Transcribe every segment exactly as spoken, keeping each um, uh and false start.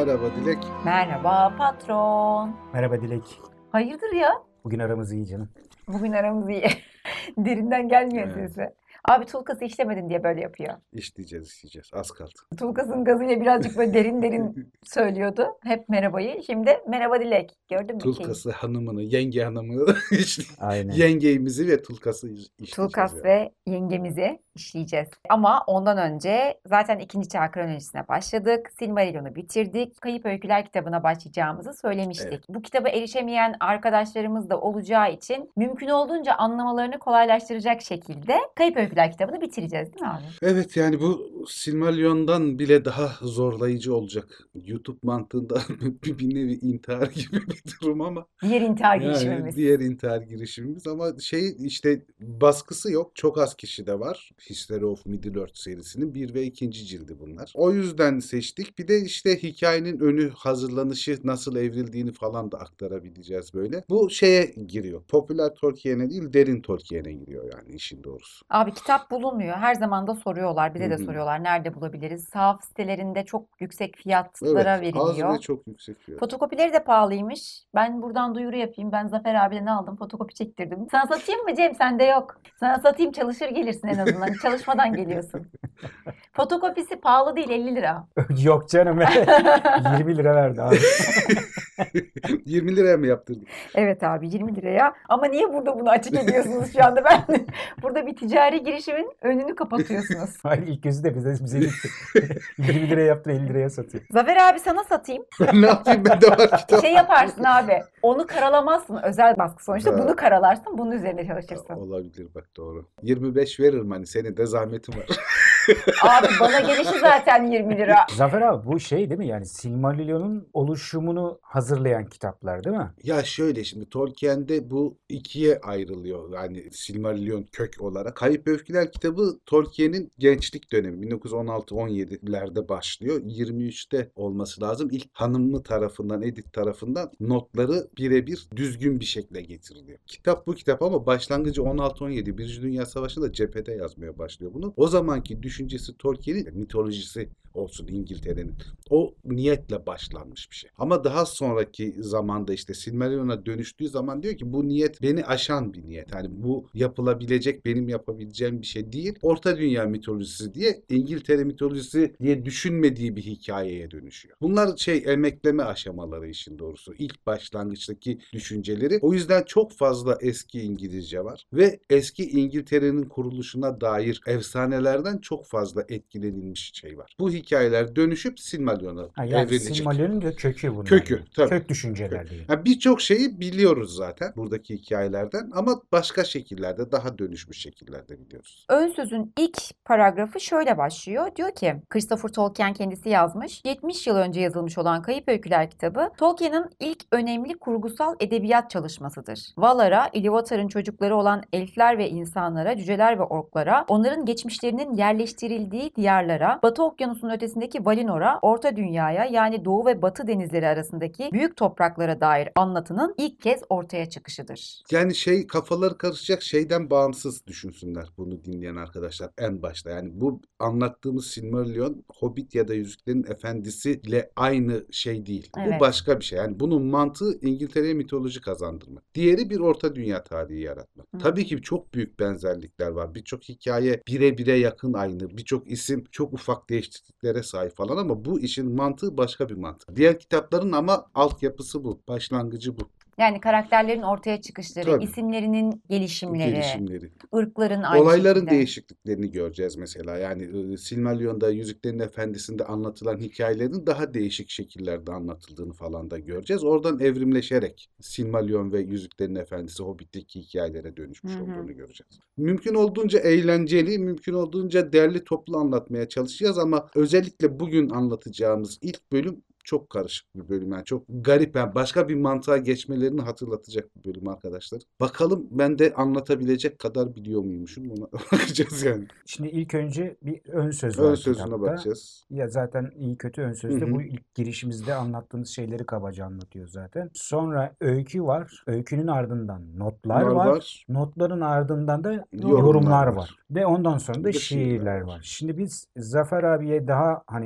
Merhaba Dilek. Merhaba patron. Merhaba Dilek. Hayırdır ya? Bugün aramız iyi canım. Bugün aramız iyi. Derinden gelmiyor Evet. sesi. Abi Tulkas'ı işlemedin diye böyle yapıyor. İşleyeceğiz işleyeceğiz. Az kaldı. Tulkas'ın gazıyla birazcık böyle derin derin söylüyordu. Hep merhabayı. Şimdi merhaba Dilek. Gördün mü şeyi? Tulkası hanımını, yenge hanımını, işte Aynen. yengeğimizi ve Tulkas'ı iş- işleyeceğiz. Tulkas yani. ve yengemizi işleyeceğiz. Ama ondan önce zaten ikinci çağ kronolojisine başladık. Silmarillion'u bitirdik. Kayıp Öyküler kitabına başlayacağımızı söylemiştik. Evet. Bu kitaba erişemeyen arkadaşlarımız da olacağı için mümkün olduğunca anlamalarını kolaylaştıracak şekilde Kayıp Öyküler kitabını bitireceğiz değil mi abi? Evet yani bu Silmarillion'dan bile daha zorlayıcı olacak. YouTube mantığında bir bir nevi intihar gibi bir durum ama Diğer intihar yani girişimimiz. diğer intihar girişimimiz ama şey işte baskısı yok. Çok az kişi de var. History of Middle-earth serisinin bir ve ikinci cildi bunlar. O yüzden seçtik. Bir de işte hikayenin önü hazırlanışı nasıl evrildiğini falan da aktarabileceğiz böyle. Bu şeye giriyor. Popüler Tolkien'e değil derin Tolkien'e giriyor yani işin doğrusu. Abi kitap bulunmuyor. Her zaman da soruyorlar. Bize Hı de hı. soruyorlar. Nerede bulabiliriz? Sahaf sitelerinde çok yüksek Evet, fiyatlara az veriliyor. ve çok yüksek fiyat. Fotokopileri de pahalıymış. Ben buradan duyuru yapayım. Ben Zafer abiden aldım. Fotokopi çektirdim. Sana satayım mı Cem? Sende yok. Sana satayım, çalışır gelirsin en azından. Çalışmadan geliyorsun. Fotokopisi pahalı değil, elli lira. Yok canım. yirmi lira verdi abi. yirmi liraya mı yaptırdık? Evet abi, yirmi liraya. Ama niye burada bunu açık ediyorsunuz şu anda? Ben burada bir ticari girişimin önünü kapatıyorsunuz. Hayır, ilk gözü de bize, bize gitti. yirmi liraya yaptı, elli liraya satıyor. Zafer abi sana satayım. Ne yapayım ben de var kitap. Şey yaparsın abi. Onu karalamazsın. Özel baskı sonuçta. Ha. Bunu karalarsın. Bunun üzerine çalışırsın. Olabilir bak doğru. yirmi beş veririm hani senin de zahmetin var. Abi bana gelişi zaten yirmi lira. Zafer abi bu şey değil mi? Yani Silmarillion'un oluşumunu hazırlayan kitaplar değil mi? Ya şöyle şimdi Tolkien'de bu ikiye ayrılıyor. Yani Silmarillion kök olarak. Kayıp Öyküler kitabı Tolkien'in gençlik dönemi. bin dokuz yüz on altı on yedilerde başlıyor. yirmi üçte olması lazım. İlk hanımlı tarafından, Edith tarafından notları birebir düzgün bir şekilde getiriliyor. Kitap bu kitap ama başlangıcı on altı on yedi. Birinci Dünya Savaşı'nda cephede yazmaya başlıyor bunu. O zamanki düşüncesi Tolkien'in mitolojisi olsun İngiltere'nin. O niyetle başlanmış bir şey. Ama daha sonraki zamanda işte Silmarillion'a dönüştüğü zaman diyor ki bu niyet beni aşan bir niyet. Yani bu yapılabilecek, benim yapabileceğim bir şey değil. Orta Dünya mitolojisi diye İngiltere mitolojisi diye düşünmediği bir hikayeye dönüşüyor. Bunlar şey emekleme aşamaları işin doğrusu. İlk başlangıçtaki düşünceleri. O yüzden çok fazla eski İngilizce var ve eski İngiltere'nin kuruluşuna dair efsanelerden çok fazla etkilenilmiş şey var. Bu hikayeler dönüşüp Silmarillion'a Ha, yani evrilecek. Silmarillion'un da kökü bunlar. Kökü, yani. tabii. Kök düşünceler diye. Ha, birçok şeyi biliyoruz zaten buradaki hikayelerden ama başka şekillerde, daha dönüşmüş şekillerde biliyoruz. Ön sözün ilk paragrafı şöyle başlıyor. Diyor ki Christopher Tolkien kendisi yazmış. yetmiş yıl önce yazılmış olan Kayıp Öyküler kitabı Tolkien'in ilk önemli kurgusal edebiyat çalışmasıdır. Valar'a, Ilúvatar'ın çocukları olan elfler ve insanlara, cüceler ve orklara, onların geçmişlerinin yerleştirildiği diyarlara, Batı Okyanusu'nun ötesindeki Valinor'a, Orta Dünya'ya yani Doğu ve Batı denizleri arasındaki büyük topraklara dair anlatının ilk kez ortaya çıkışıdır. Yani şey kafaları karışacak şeyden bağımsız düşünsünler bunu dinleyen arkadaşlar en başta. Yani bu anlattığımız Silmarillion, Hobbit ya da Yüzüklerin Efendisi ile aynı şey değil. Evet. Bu başka bir şey. Yani bunun mantığı İngiltere'ye mitoloji kazandırmak. Diğeri bir Orta Dünya tarihi yaratmak. Hı. Tabii ki çok büyük benzerlikler var. Birçok hikaye bire bire yakın aynı. Birçok isim çok ufak değişikliklere sahip falan ama bu işin mantığı başka bir mantık. Diğer kitapların ama altyapısı bu. Başlangıcı bu. Yani karakterlerin ortaya çıkışları, Tabii. isimlerinin gelişimleri, Gelişimleri. ırkların aynı Olayların şekilde. değişikliklerini göreceğiz mesela. Yani e, Silmarillion'da Yüzüklerin Efendisi'nde anlatılan hikayelerin daha değişik şekillerde anlatıldığını falan da göreceğiz. Oradan evrimleşerek Silmarillion ve Yüzüklerin Efendisi Hobbit'teki hikayelere dönüşmüş Hı hı. olduğunu göreceğiz. Mümkün olduğunca eğlenceli, mümkün olduğunca derli toplu anlatmaya çalışacağız ama özellikle bugün anlatacağımız ilk bölüm çok karışık bir bölüm yani çok garip yani başka bir mantığa geçmelerini hatırlatacak bir bölüm arkadaşlar. Bakalım ben de anlatabilecek kadar biliyor muymuşum ona bakacağız yani. Şimdi ilk önce bir ön söz Ön var sözüne kitapta. bakacağız. Ya zaten iyi kötü ön sözde Hı hı. bu ilk girişimizde anlattığımız şeyleri kabaca anlatıyor zaten. Sonra öykü var. Öykünün ardından notlar Bunlar var. var. Notların ardından da Yorumlar yorumlar var. var. Ve ondan sonra Bir da de şiirler şiirler var. var. Şimdi biz Zafer abiye daha hani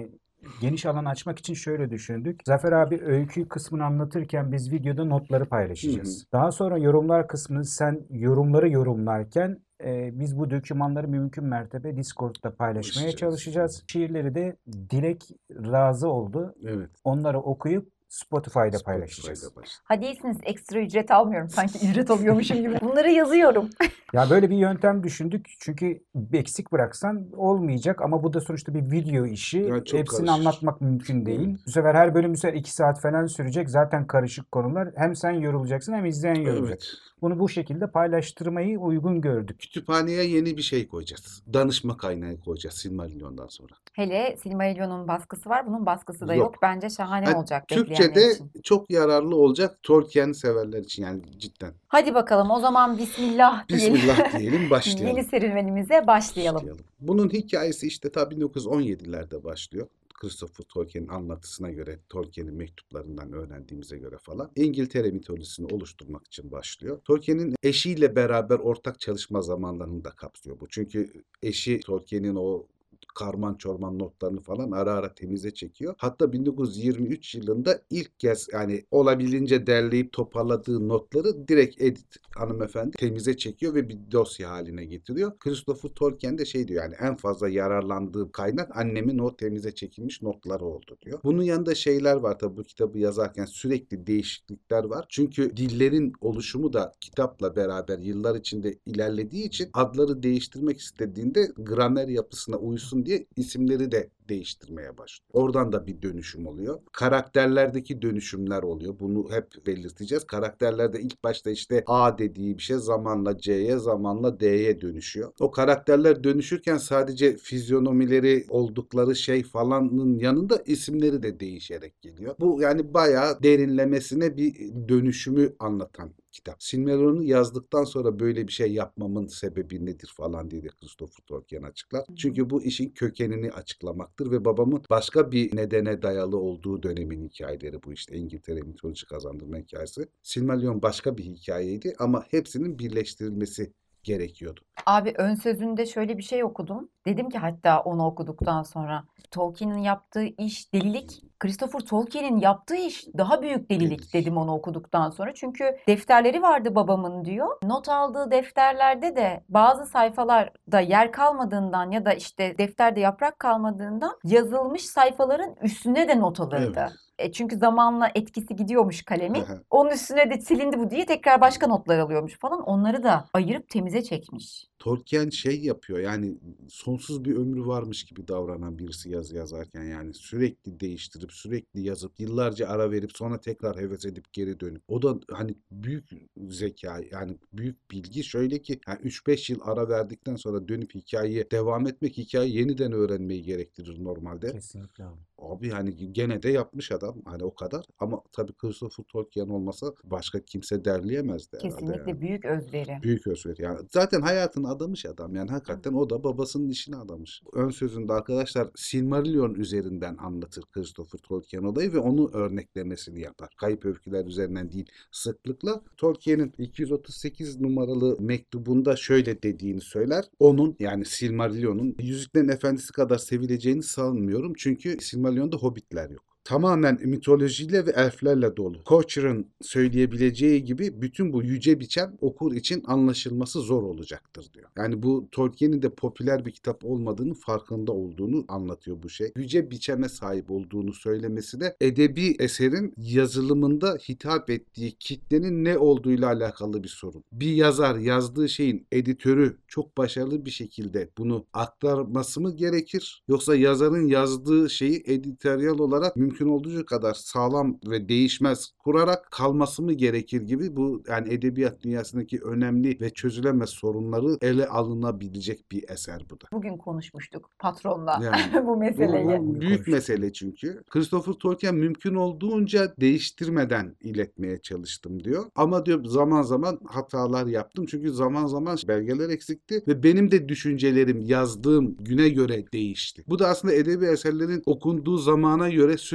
geniş alan açmak için şöyle düşündük. Zafer abi öykü kısmını anlatırken biz videoda notları paylaşacağız. Hı hı. Daha sonra yorumlar kısmını sen yorumları yorumlarken e, biz bu dokümanları mümkün mertebe Discord'da paylaşmaya Paylaşacağız. çalışacağız. Şiirleri de Dilek razı oldu. Evet. Onları okuyup Spotify'da paylaşacağız. Spotify'da başladı. Hadi iyisiniz, ekstra ücret almıyorum. Sanki ücret alıyormuşum gibi. Bunları yazıyorum. Ya böyle bir yöntem düşündük. Çünkü eksik bıraksan olmayacak ama bu da sonuçta bir video işi. Yani çok Hepsini karışık. anlatmak mümkün değil. Evet. Bu sefer her bölüm bu sefer iki saat falan sürecek. Zaten karışık konular. Hem sen yorulacaksın hem izleyen yorulacak. Evet. Bunu bu şekilde paylaştırmayı uygun gördük. Kütüphaneye yeni bir şey koyacağız. Danışma kaynağı koyacağız Silmarillion'dan sonra. Hele Silmarillion'un baskısı var. Bunun baskısı da yok. Yok. Bence şahane Yani olacak bekleyenler Türkçe'de için. çok yararlı olacak Tolkien severler için yani cidden. Hadi bakalım o zaman bismillah diyelim. Bismillah diyelim başlayalım. Yeni serüvenimize başlayalım. Bunun hikayesi işte ta bin dokuz yüz on yedilerde başlıyor. Christopher Tolkien'in anlatısına göre, Tolkien'in mektuplarından öğrendiğimize göre falan İngiltere mitolojisini oluşturmak için başlıyor. Tolkien'in eşiyle beraber ortak çalışma zamanlarını da kapsıyor bu. Çünkü eşi Tolkien'in o karman çorman notlarını falan ara ara temize çekiyor. Hatta bin dokuz yüz yirmi üç yılında ilk kez yani olabildiğince derleyip toparladığı notları direkt Edith hanımefendi temize çekiyor ve bir dosya haline getiriyor. Christopher Tolkien de şey diyor yani en fazla yararlandığı kaynak annemin o temize çekilmiş notları oldu diyor. Bunun yanında şeyler var tabii bu kitabı yazarken sürekli değişiklikler var. Çünkü dillerin oluşumu da kitapla beraber yıllar içinde ilerlediği için adları değiştirmek istediğinde gramer yapısına uysun diye isimleri de değiştirmeye başlıyor. Oradan da bir dönüşüm oluyor. Karakterlerdeki dönüşümler oluyor. Bunu hep belirteceğiz. Karakterlerde ilk başta işte A dediği bir şey zamanla C'ye, zamanla D'ye dönüşüyor. O karakterler dönüşürken sadece fizyonomileri oldukları şey falanın yanında isimleri de değişerek geliyor. Bu yani bayağı derinlemesine bir dönüşümü anlatan kitap. Silmarillion'u yazdıktan sonra böyle bir şey yapmamın sebebi nedir falan diye de Christopher Tolkien açıklar. Çünkü bu işin kökenini açıklamaktır ve babamın başka bir nedene dayalı olduğu dönemin hikayeleri bu işte İngiltere mitoloji kazandırma hikayesi. Silmarillion başka bir hikayeydi ama hepsinin birleştirilmesi gerekiyordu. Abi ön sözünde şöyle bir şey okudum. Dedim ki hatta onu okuduktan sonra Tolkien'in yaptığı iş delilik. Christopher Tolkien'in yaptığı iş daha büyük delilik Delilik. dedim onu okuduktan sonra. Çünkü defterleri vardı babamın diyor. Not aldığı defterlerde de bazı sayfalarda yer kalmadığından ya da işte defterde yaprak kalmadığından yazılmış sayfaların üstüne de not alırdı. Evet. E çünkü zamanla etkisi gidiyormuş kalemin. Aha. Onun üstüne de silindi bu diye tekrar başka notlar alıyormuş falan. Onları da ayırıp temize çekmiş. Tolkien şey yapıyor yani sonsuz bir ömrü varmış gibi davranan birisi yazı yazarken yani sürekli değiştirip sürekli yazıp yıllarca ara verip sonra tekrar heves edip geri dönüp o da hani büyük zeka yani büyük bilgi şöyle ki yani üç beş yıl ara verdikten sonra dönüp hikayeye devam etmek hikayeyi yeniden öğrenmeyi gerektirir normalde. Kesinlikle abi. Abi hani gene de yapmış adam hani o kadar ama tabii Christopher Tolkien olmasa başka kimse derleyemezdi herhalde Kesinlikle yani. büyük özveri. Büyük özveri yani. Zaten hayatını adamış adam yani hakikaten o da babasının işini adamış. Ön sözünde arkadaşlar Silmarillion üzerinden anlatır Christopher Tolkien olayı ve onu örneklemesini yapar. Kayıp öyküler üzerinden değil sıklıkla. Tolkien'in iki yüz otuz sekiz numaralı mektubunda şöyle dediğini söyler. Onun yani Silmarillion'un Yüzüklerin Efendisi kadar sevileceğini sanmıyorum. Çünkü Silmarillion'da hobbitler yok. Tamamen mitolojiyle ve elflerle dolu. Koçer'ın söyleyebileceği gibi bütün bu yüce biçem okur için anlaşılması zor olacaktır diyor. Yani bu Tolkien'in de popüler bir kitap olmadığını farkında olduğunu anlatıyor bu şey. Yüce biçeme sahip olduğunu söylemesi de edebi eserin yazılımında hitap ettiği kitlenin ne olduğuyla alakalı bir sorun. Bir yazar yazdığı şeyin editörü çok başarılı bir şekilde bunu aktarması mı gerekir? Yoksa yazarın yazdığı şeyi editoryal olarak mümkün mümkün olduğu kadar sağlam ve değişmez kurarak kalması mı gerekir gibi bu yani edebiyat dünyasındaki önemli ve çözülemez sorunları ele alınabilecek bir eser bu da. Bugün konuşmuştuk patronla Yani, bu meseleyi. Bu büyük mesele çünkü. Christopher Tolkien mümkün olduğunca değiştirmeden iletmeye çalıştım diyor. Ama diyor zaman zaman hatalar yaptım. Çünkü zaman zaman belgeler eksikti ve benim de düşüncelerim yazdığım güne göre değişti. Bu da aslında edebi eserlerin okunduğu zamana göre sürekli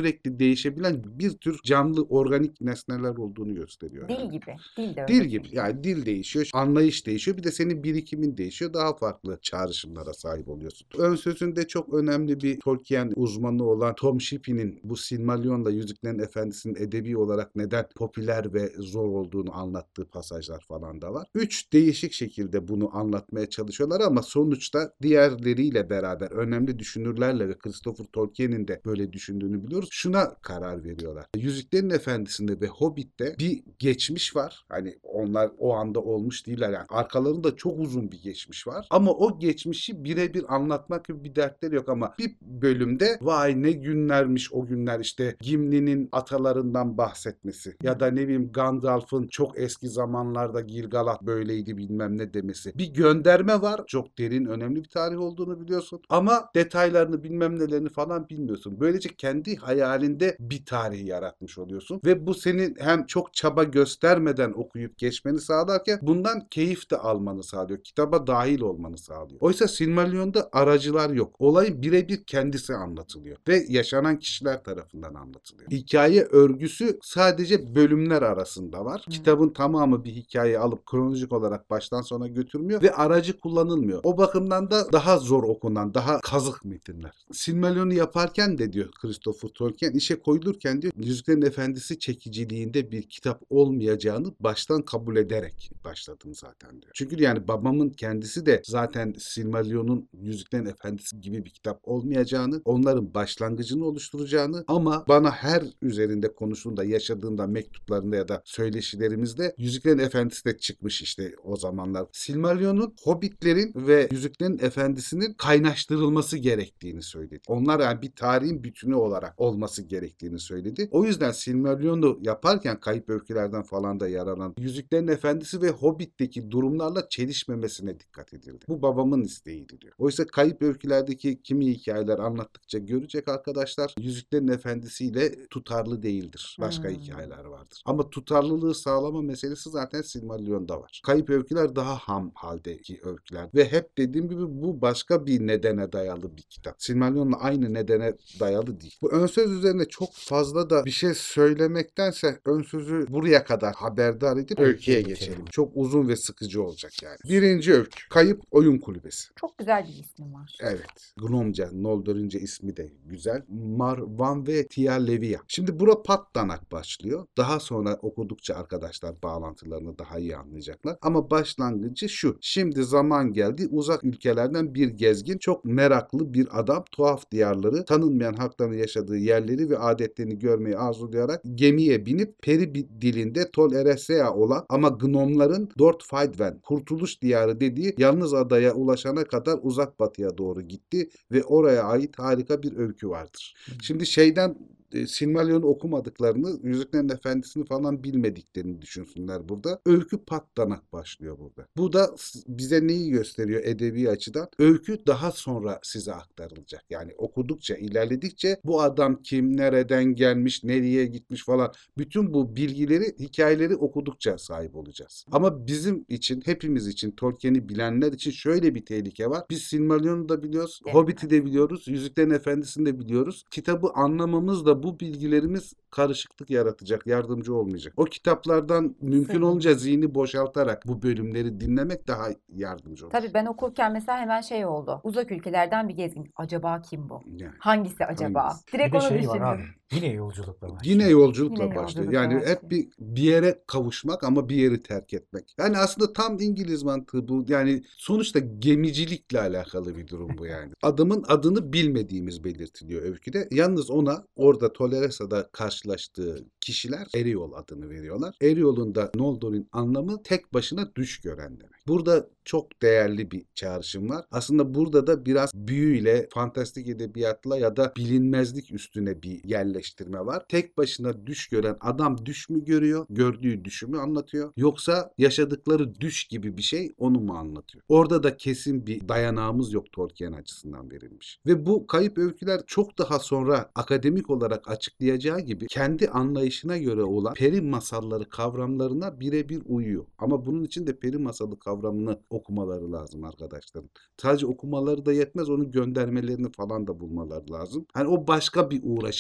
sürekli değişebilen bir tür canlı organik nesneler olduğunu gösteriyor. Dil yani. gibi. Dil de öyle Dil gibi. çünkü. Yani dil değişiyor, anlayış değişiyor. Bir de senin birikimin değişiyor. Daha farklı çağrışımlara sahip oluyorsun. Ön sözünde çok önemli bir Tolkien uzmanı olan Tom Shippey'nin bu Silmarillion'la Yüzüklerin Efendisi'nin edebi olarak neden popüler ve zor olduğunu anlattığı pasajlar falan da var. Üç değişik şekilde bunu anlatmaya çalışıyorlar ama sonuçta diğerleriyle beraber önemli düşünürlerle ve Christopher Tolkien'in de böyle düşündüğünü biliyoruz. Şuna karar veriyorlar. Yüzüklerin Efendisi'nde ve Hobbit'te bir geçmiş var. Hani onlar o anda olmuş değiller. Yani arkalarında çok uzun bir geçmiş var. Ama o geçmişi birebir anlatmak gibi bir dertleri yok ama bir bölümde vay ne günlermiş o günler, işte Gimli'nin atalarından bahsetmesi ya da ne bileyim Gandalf'ın çok eski zamanlarda Gil-galad böyleydi bilmem ne demesi. Bir gönderme var. Çok derin, önemli bir tarih olduğunu biliyorsun. Ama detaylarını bilmem nelerini falan bilmiyorsun. Böylece kendi hayalinde bir tarih yaratmış oluyorsun. Ve bu senin hem çok çaba göstermeden okuyup geçmeni sağlarken bundan keyif de almanı sağlıyor. Kitaba dahil olmanı sağlıyor. Oysa Silmarillion'da aracılar yok. Olayın birebir kendisi anlatılıyor. Ve yaşanan kişiler tarafından anlatılıyor. Hikaye örgüsü sadece bölümler arasında var. Hı. Kitabın tamamı bir hikaye alıp kronolojik olarak baştan sona götürmüyor ve aracı kullanılmıyor. O bakımdan da daha zor okunan, daha kazık metinler. Silmarillion'u yaparken de diyor Christopher Tolkien, işe koyulurken diyor Yüzüklerin Efendisi çekiciliğinde bir kitap olmayacağını baştan kabul ederek başladım zaten diyor. Çünkü yani babamın kendisi de zaten Silmarillion'un Yüzüklerin Efendisi gibi bir kitap olmayacağını, onların başlangıcını oluşturacağını ama bana her üzerinde konuştuğunda, yaşadığında, mektuplarında ya da söyleşilerimizde Yüzüklerin Efendisi de çıkmış işte o zamanlar. Silmarillion'un Hobbitlerin ve Yüzüklerin Efendisi'nin kaynaştırılması gerektiğini söyledi. Onlar yani bir tarihin bütünü olarak olması gerektiğini söyledi. O yüzden Silmarillion'u yaparken Kayıp Öykülerden falan da yararlan Yüzüklerin Efendisi ve Hobbit'teki durumlarla çelişmemesine dikkat edildi. Bu babamın isteğiydi diyor. Oysa Kayıp Öyküler'deki kimi hikayeler anlattıkça görecek arkadaşlar Yüzüklerin Efendisi ile tutarlı değildir. Başka Hmm. hikayeler vardır. Ama tutarlılığı sağlama meselesi zaten Silmarillion'da var. Kayıp Öyküler daha ham haldeki öyküler ve hep dediğim gibi bu başka bir nedene dayalı bir kitap. Silmarillion'la aynı nedene dayalı değil. Bu ön söz üzerine çok fazla da bir şey söylemektense ön sözü buraya kadar haberdar edip Öyküye öyküye geçelim. geçelim. Çok uzun ve sıkıcı olacak yani. Birinci öykü. Kayıp Oyun Kulübesi. Çok güzel bir ismi var. Evet. Gnomca, Noldor'unca ismi de güzel. Marvan ve Tia Levia. Şimdi bura patlanak başlıyor. Daha sonra okudukça arkadaşlar bağlantılarını daha iyi anlayacaklar. Ama başlangıcı şu. Şimdi zaman geldi. Uzak ülkelerden bir gezgin, çok meraklı bir adam, tuhaf diyarları, tanınmayan halkların yaşadığı yerleri ve adetlerini görmeyi arzulayarak gemiye binip peri bir dilinde Tol Eressëa olan ama gnomların Dortfaidwen, Kurtuluş Diyarı dediği yalnız adaya ulaşana kadar uzak batıya doğru gitti ve oraya ait harika bir öykü vardır. Şimdi şeyden e, Silmarillion'u okumadıklarını, Yüzüklerin Efendisi'ni falan bilmediklerini düşünsünler burada. Öykü patlanak başlıyor burada. Bu da s- bize neyi gösteriyor edebi açıdan? Öykü daha sonra size aktarılacak. Yani okudukça, ilerledikçe bu adam kim, nereden gelmiş, nereye gitmiş falan bütün bu bilgileri, hikayeleri okudukça sahip olacağız. Ama bizim için, hepimiz için, Tolkien'i bilenler için şöyle bir tehlike var. Biz Silmarillion'u da biliyoruz, Evet. Hobbit'i de biliyoruz, Yüzüklerin Efendisi'ni de biliyoruz. Kitabı anlamamız da bu bilgilerimiz karışıklık yaratacak, yardımcı olmayacak. O kitaplardan mümkün Sığ- olunca zihni boşaltarak bu bölümleri dinlemek daha yardımcı olur. Tabii ben okurken mesela hemen şey oldu. Uzak ülkelerden bir gezgin. Acaba kim bu? Yani. Hangisi acaba? Hangisi? Bir Direkt de onu şey düşündüm. var abi. Yine yolculukla başlıyor. Yine yolculukla Yine başlıyor. yolculukla Yani başlıyor. hep bir, bir yere kavuşmak ama bir yeri terk etmek. Yani aslında tam İngiliz mantığı bu. Yani sonuçta gemicilikle alakalı bir durum bu yani. Adamın adını bilmediğimiz belirtiliyor öyküde. Yalnız ona orada Toleressa'da karşılaştığı kişiler Eriol adını veriyorlar. Eriol'un da Noldor'un anlamı tek başına düş gören demek. Burada çok değerli bir çağrışım var. Aslında burada da biraz büyüyle, fantastik edebiyatla ya da bilinmezlik üstüne bir yerleştirme var. Tek başına düş gören adam düş mü görüyor? Gördüğü düşü mü anlatıyor? Yoksa yaşadıkları düş gibi bir şey onu mu anlatıyor? Orada da kesin bir dayanağımız yok Tolkien açısından verilmiş. Ve bu kayıp öyküler çok daha sonra akademik olarak açıklayacağı gibi kendi anlayışına göre olan peri masalları kavramlarına birebir uyuyor. Ama bunun için de peri masalı kavramını okumaları lazım arkadaşlarım. Sadece okumaları da yetmez, onun göndermelerini falan da bulmaları lazım. Hani o başka bir uğraşın işi.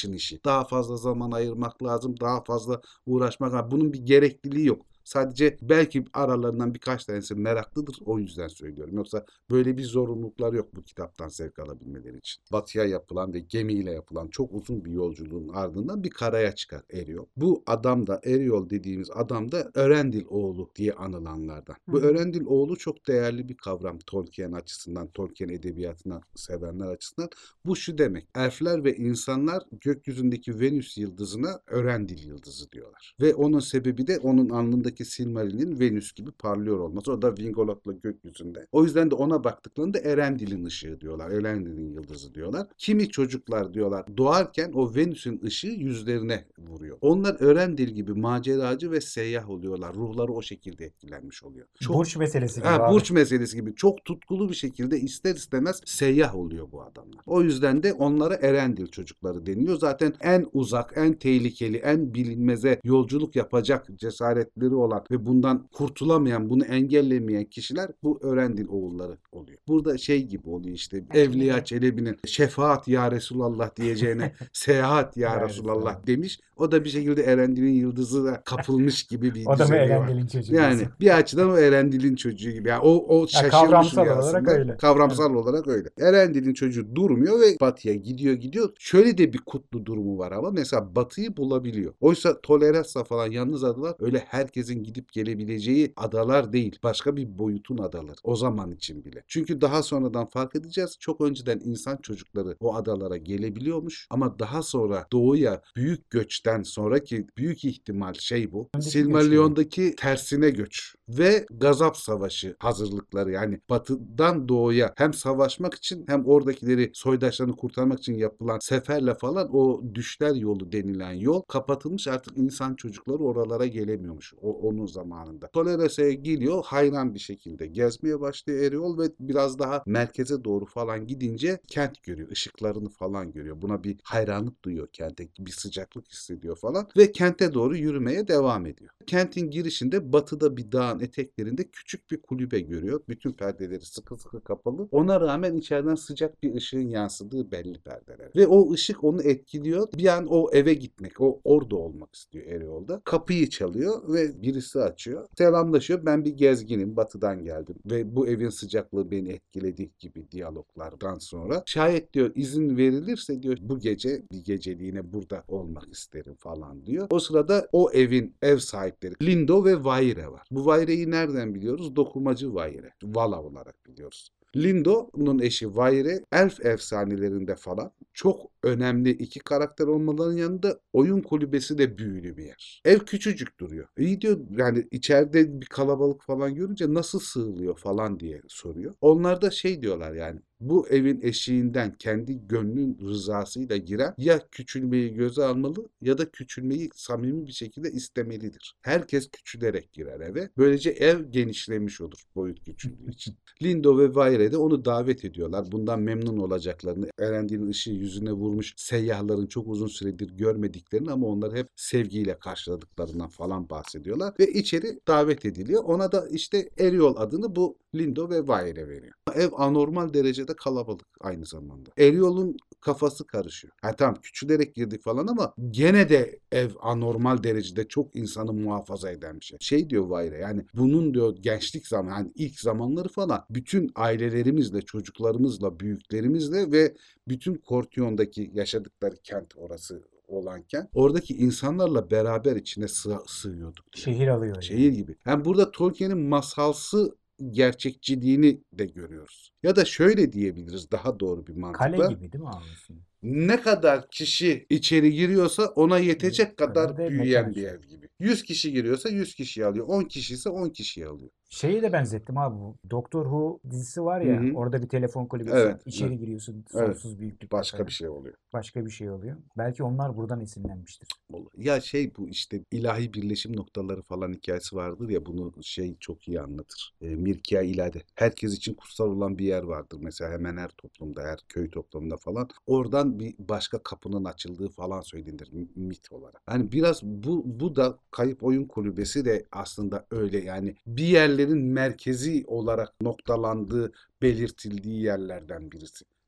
daha fazla zaman ayırmak lazım, daha fazla uğraşmak lazım. Bunun bir gerekliliği yok. Sadece belki aralarından birkaç tanesi meraklıdır. O yüzden söylüyorum. Yoksa böyle bir zorunluluklar yok bu kitaptan zevk alabilmeleri için. Batıya yapılan ve gemiyle yapılan çok uzun bir yolculuğun ardından bir karaya çıkar Eriol. Bu adam da, Eriol dediğimiz adam da Örendil oğlu diye anılanlardan. Hı Bu hı. Örendil oğlu çok değerli bir kavram Tolkien açısından, Tolkien edebiyatına sevenler açısından. Bu şu demek: elfler ve insanlar gökyüzündeki Venüs yıldızına Örendil yıldızı diyorlar. Ve onun sebebi de onun alnındaki Silmaril'in Venüs gibi parlıyor olması. O da Vingolot'la gökyüzünde. O yüzden de ona baktıklarında Erendil'in ışığı diyorlar. Erendil'in yıldızı diyorlar. Kimi çocuklar diyorlar doğarken o Venüs'ün ışığı yüzlerine vuruyor. Onlar Erendil gibi maceracı ve seyyah oluyorlar. Ruhları o şekilde etkilenmiş oluyor. Çok, Burç meselesi gibi ha, abi. burç meselesi gibi. Çok tutkulu bir şekilde ister istemez seyyah oluyor bu adamlar. O yüzden de onlara Erendil çocukları deniyor. Zaten en uzak, en tehlikeli, en bilinmeze yolculuk yapacak cesaretleri olan ve bundan kurtulamayan, bunu engellemeyen kişiler bu Örendil oğulları oluyor. Burada şey gibi oluyor işte, Evliya Çelebi'nin şefaat ya Resulallah diyeceğine seyahat ya Ya Resulallah Resulallah. demiş. O da bir şekilde Erendil'in yıldızı da kapılmış gibi bir O da mı düzeni var. Erendil'in çocuğu Yani diyorsun? bir açıdan o Erendil'in çocuğu gibi. Yani o, o şaşırmış kavramsal olarak rüyasında. öyle. Kavramsal olarak öyle. Erendil'in çocuğu durmuyor ve batıya gidiyor gidiyor. Şöyle de bir kutlu durumu var ama mesela batıyı bulabiliyor. Oysa Tolerassa falan yalnız adalar öyle herkesin gidip gelebileceği adalar değil. Başka bir boyutun adaları. O zaman için bile. Çünkü daha sonradan fark edeceğiz. Çok önceden insan çocukları o adalara gelebiliyormuş ama daha sonra doğuya büyük göçten sonraki büyük ihtimal şey bu. Öndeki Silmarillion'daki tersine göç ve Gazap Savaşı hazırlıkları, yani batıdan doğuya hem savaşmak için hem oradakileri, soydaşlarını kurtarmak için yapılan seferle falan o düşler yolu denilen yol kapatılmış, artık insan çocukları oralara gelemiyormuş o, onun zamanında. Tolerassa'ya geliyor, hayran bir şekilde gezmeye başlıyor Eriol ve biraz daha merkeze doğru falan gidince kent görüyor, ışıklarını falan görüyor. Buna bir hayranlık duyuyor kente, bir sıcaklık hissediyor falan ve kente doğru yürümeye devam ediyor. Kentin girişinde batıda bir dağın eteklerinde küçük bir kulübe görüyor. Bütün perdeleri sıkı sıkı kapalı. Ona rağmen içeriden sıcak bir ışığın yansıdığı belli perdeler. Ve o ışık onu etkiliyor. Bir an o eve gitmek, o orada olmak istiyor Eriol'da. Kapıyı çalıyor ve birisi açıyor. Selamlaşıyor. Ben bir gezginim, batıdan geldim ve bu evin sıcaklığı beni etkiledi gibi diyaloglardan sonra şayet diyor izin verilirse diyor bu gece bir geceliğine burada olmak isterim falan diyor. O sırada o evin ev sahipleri Lindo ve Vaire var. Bu Vaire'yi nereden biliyoruz? Dokumacı Vaire. Vala olarak biliyoruz. Lindo'nun eşi Vaire, elf efsanelerinde falan çok önemli iki karakter olmalarının yanında oyun kulübesi de büyülü bir yer. Ev küçücük duruyor. İyi diyor, yani içeride bir kalabalık falan görünce nasıl sığılıyor falan diye soruyor. Onlar da şey diyorlar, yani bu evin eşiğinden kendi gönlün rızasıyla giren ya küçülmeyi göze almalı ya da küçülmeyi samimi bir şekilde istemelidir. Herkes küçülerek girer eve. Böylece ev genişlemiş olur boyut küçüldüğü için. Lindo ve Vaire de onu davet ediyorlar. Bundan memnun olacaklarını, Erendil'in ışığı yüzüne vurmuş seyyahların çok uzun süredir görmediklerini ama onları hep sevgiyle karşıladıklarından falan bahsediyorlar. Ve içeri davet ediliyor. Ona da işte Eriol adını bu Lindo ve Vaire veriyor. Ev anormal derecede kalabalık aynı zamanda. Eriol'un kafası karışıyor. Ha tamam, küçülerek girdik falan ama gene de ev anormal derecede çok insanı muhafaza eden bir şey. Şey diyor Vaire, yani bunun diyor gençlik zamanı, yani ilk zamanları falan bütün ailelerimizle, çocuklarımızla, büyüklerimizle ve bütün Kortiyon'daki yaşadıkları kent orası olanken oradaki insanlarla beraber içine sığ, sığıyorduk diyor. Şehir alıyor. Şehir yani. gibi. Yani burada Tolkien'in masalsı gerçekçiliğini de görüyoruz. Ya da şöyle diyebiliriz daha doğru bir mantıkla. Kale gibi değil mi abi? Ne kadar kişi içeri giriyorsa ona yetecek kadar kadar da büyüyen mekan bir açıyor. ev gibi. yüz kişi giriyorsa yüz kişiyi alıyor. on kişi ise on kişiyi alıyor. Şeye de benzettim abi bu. Doctor Who dizisi var ya. Hı hı. Orada bir telefon kulübesi Evet, var. İçeri evet. giriyorsun. Evet. Sonsuz büyüklükte Başka falan. bir şey oluyor. Başka bir şey oluyor. Belki onlar buradan esinlenmiştir. Olur. Ya şey, bu işte ilahi birleşim noktaları falan hikayesi vardır ya, bunu şey çok iyi anlatır. E, Mircea Eliade. Herkes için kutsal olan bir yer vardır. Mesela hemen her toplumda, her köy toplumunda falan. Oradan bir başka kapının açıldığı falan söylenir mit olarak. Yani biraz bu bu da Kayıp Oyun Kulübesi de aslında öyle, yani bir yerlerin merkezi olarak noktalandığı, belirtildiği yerlerden birisi.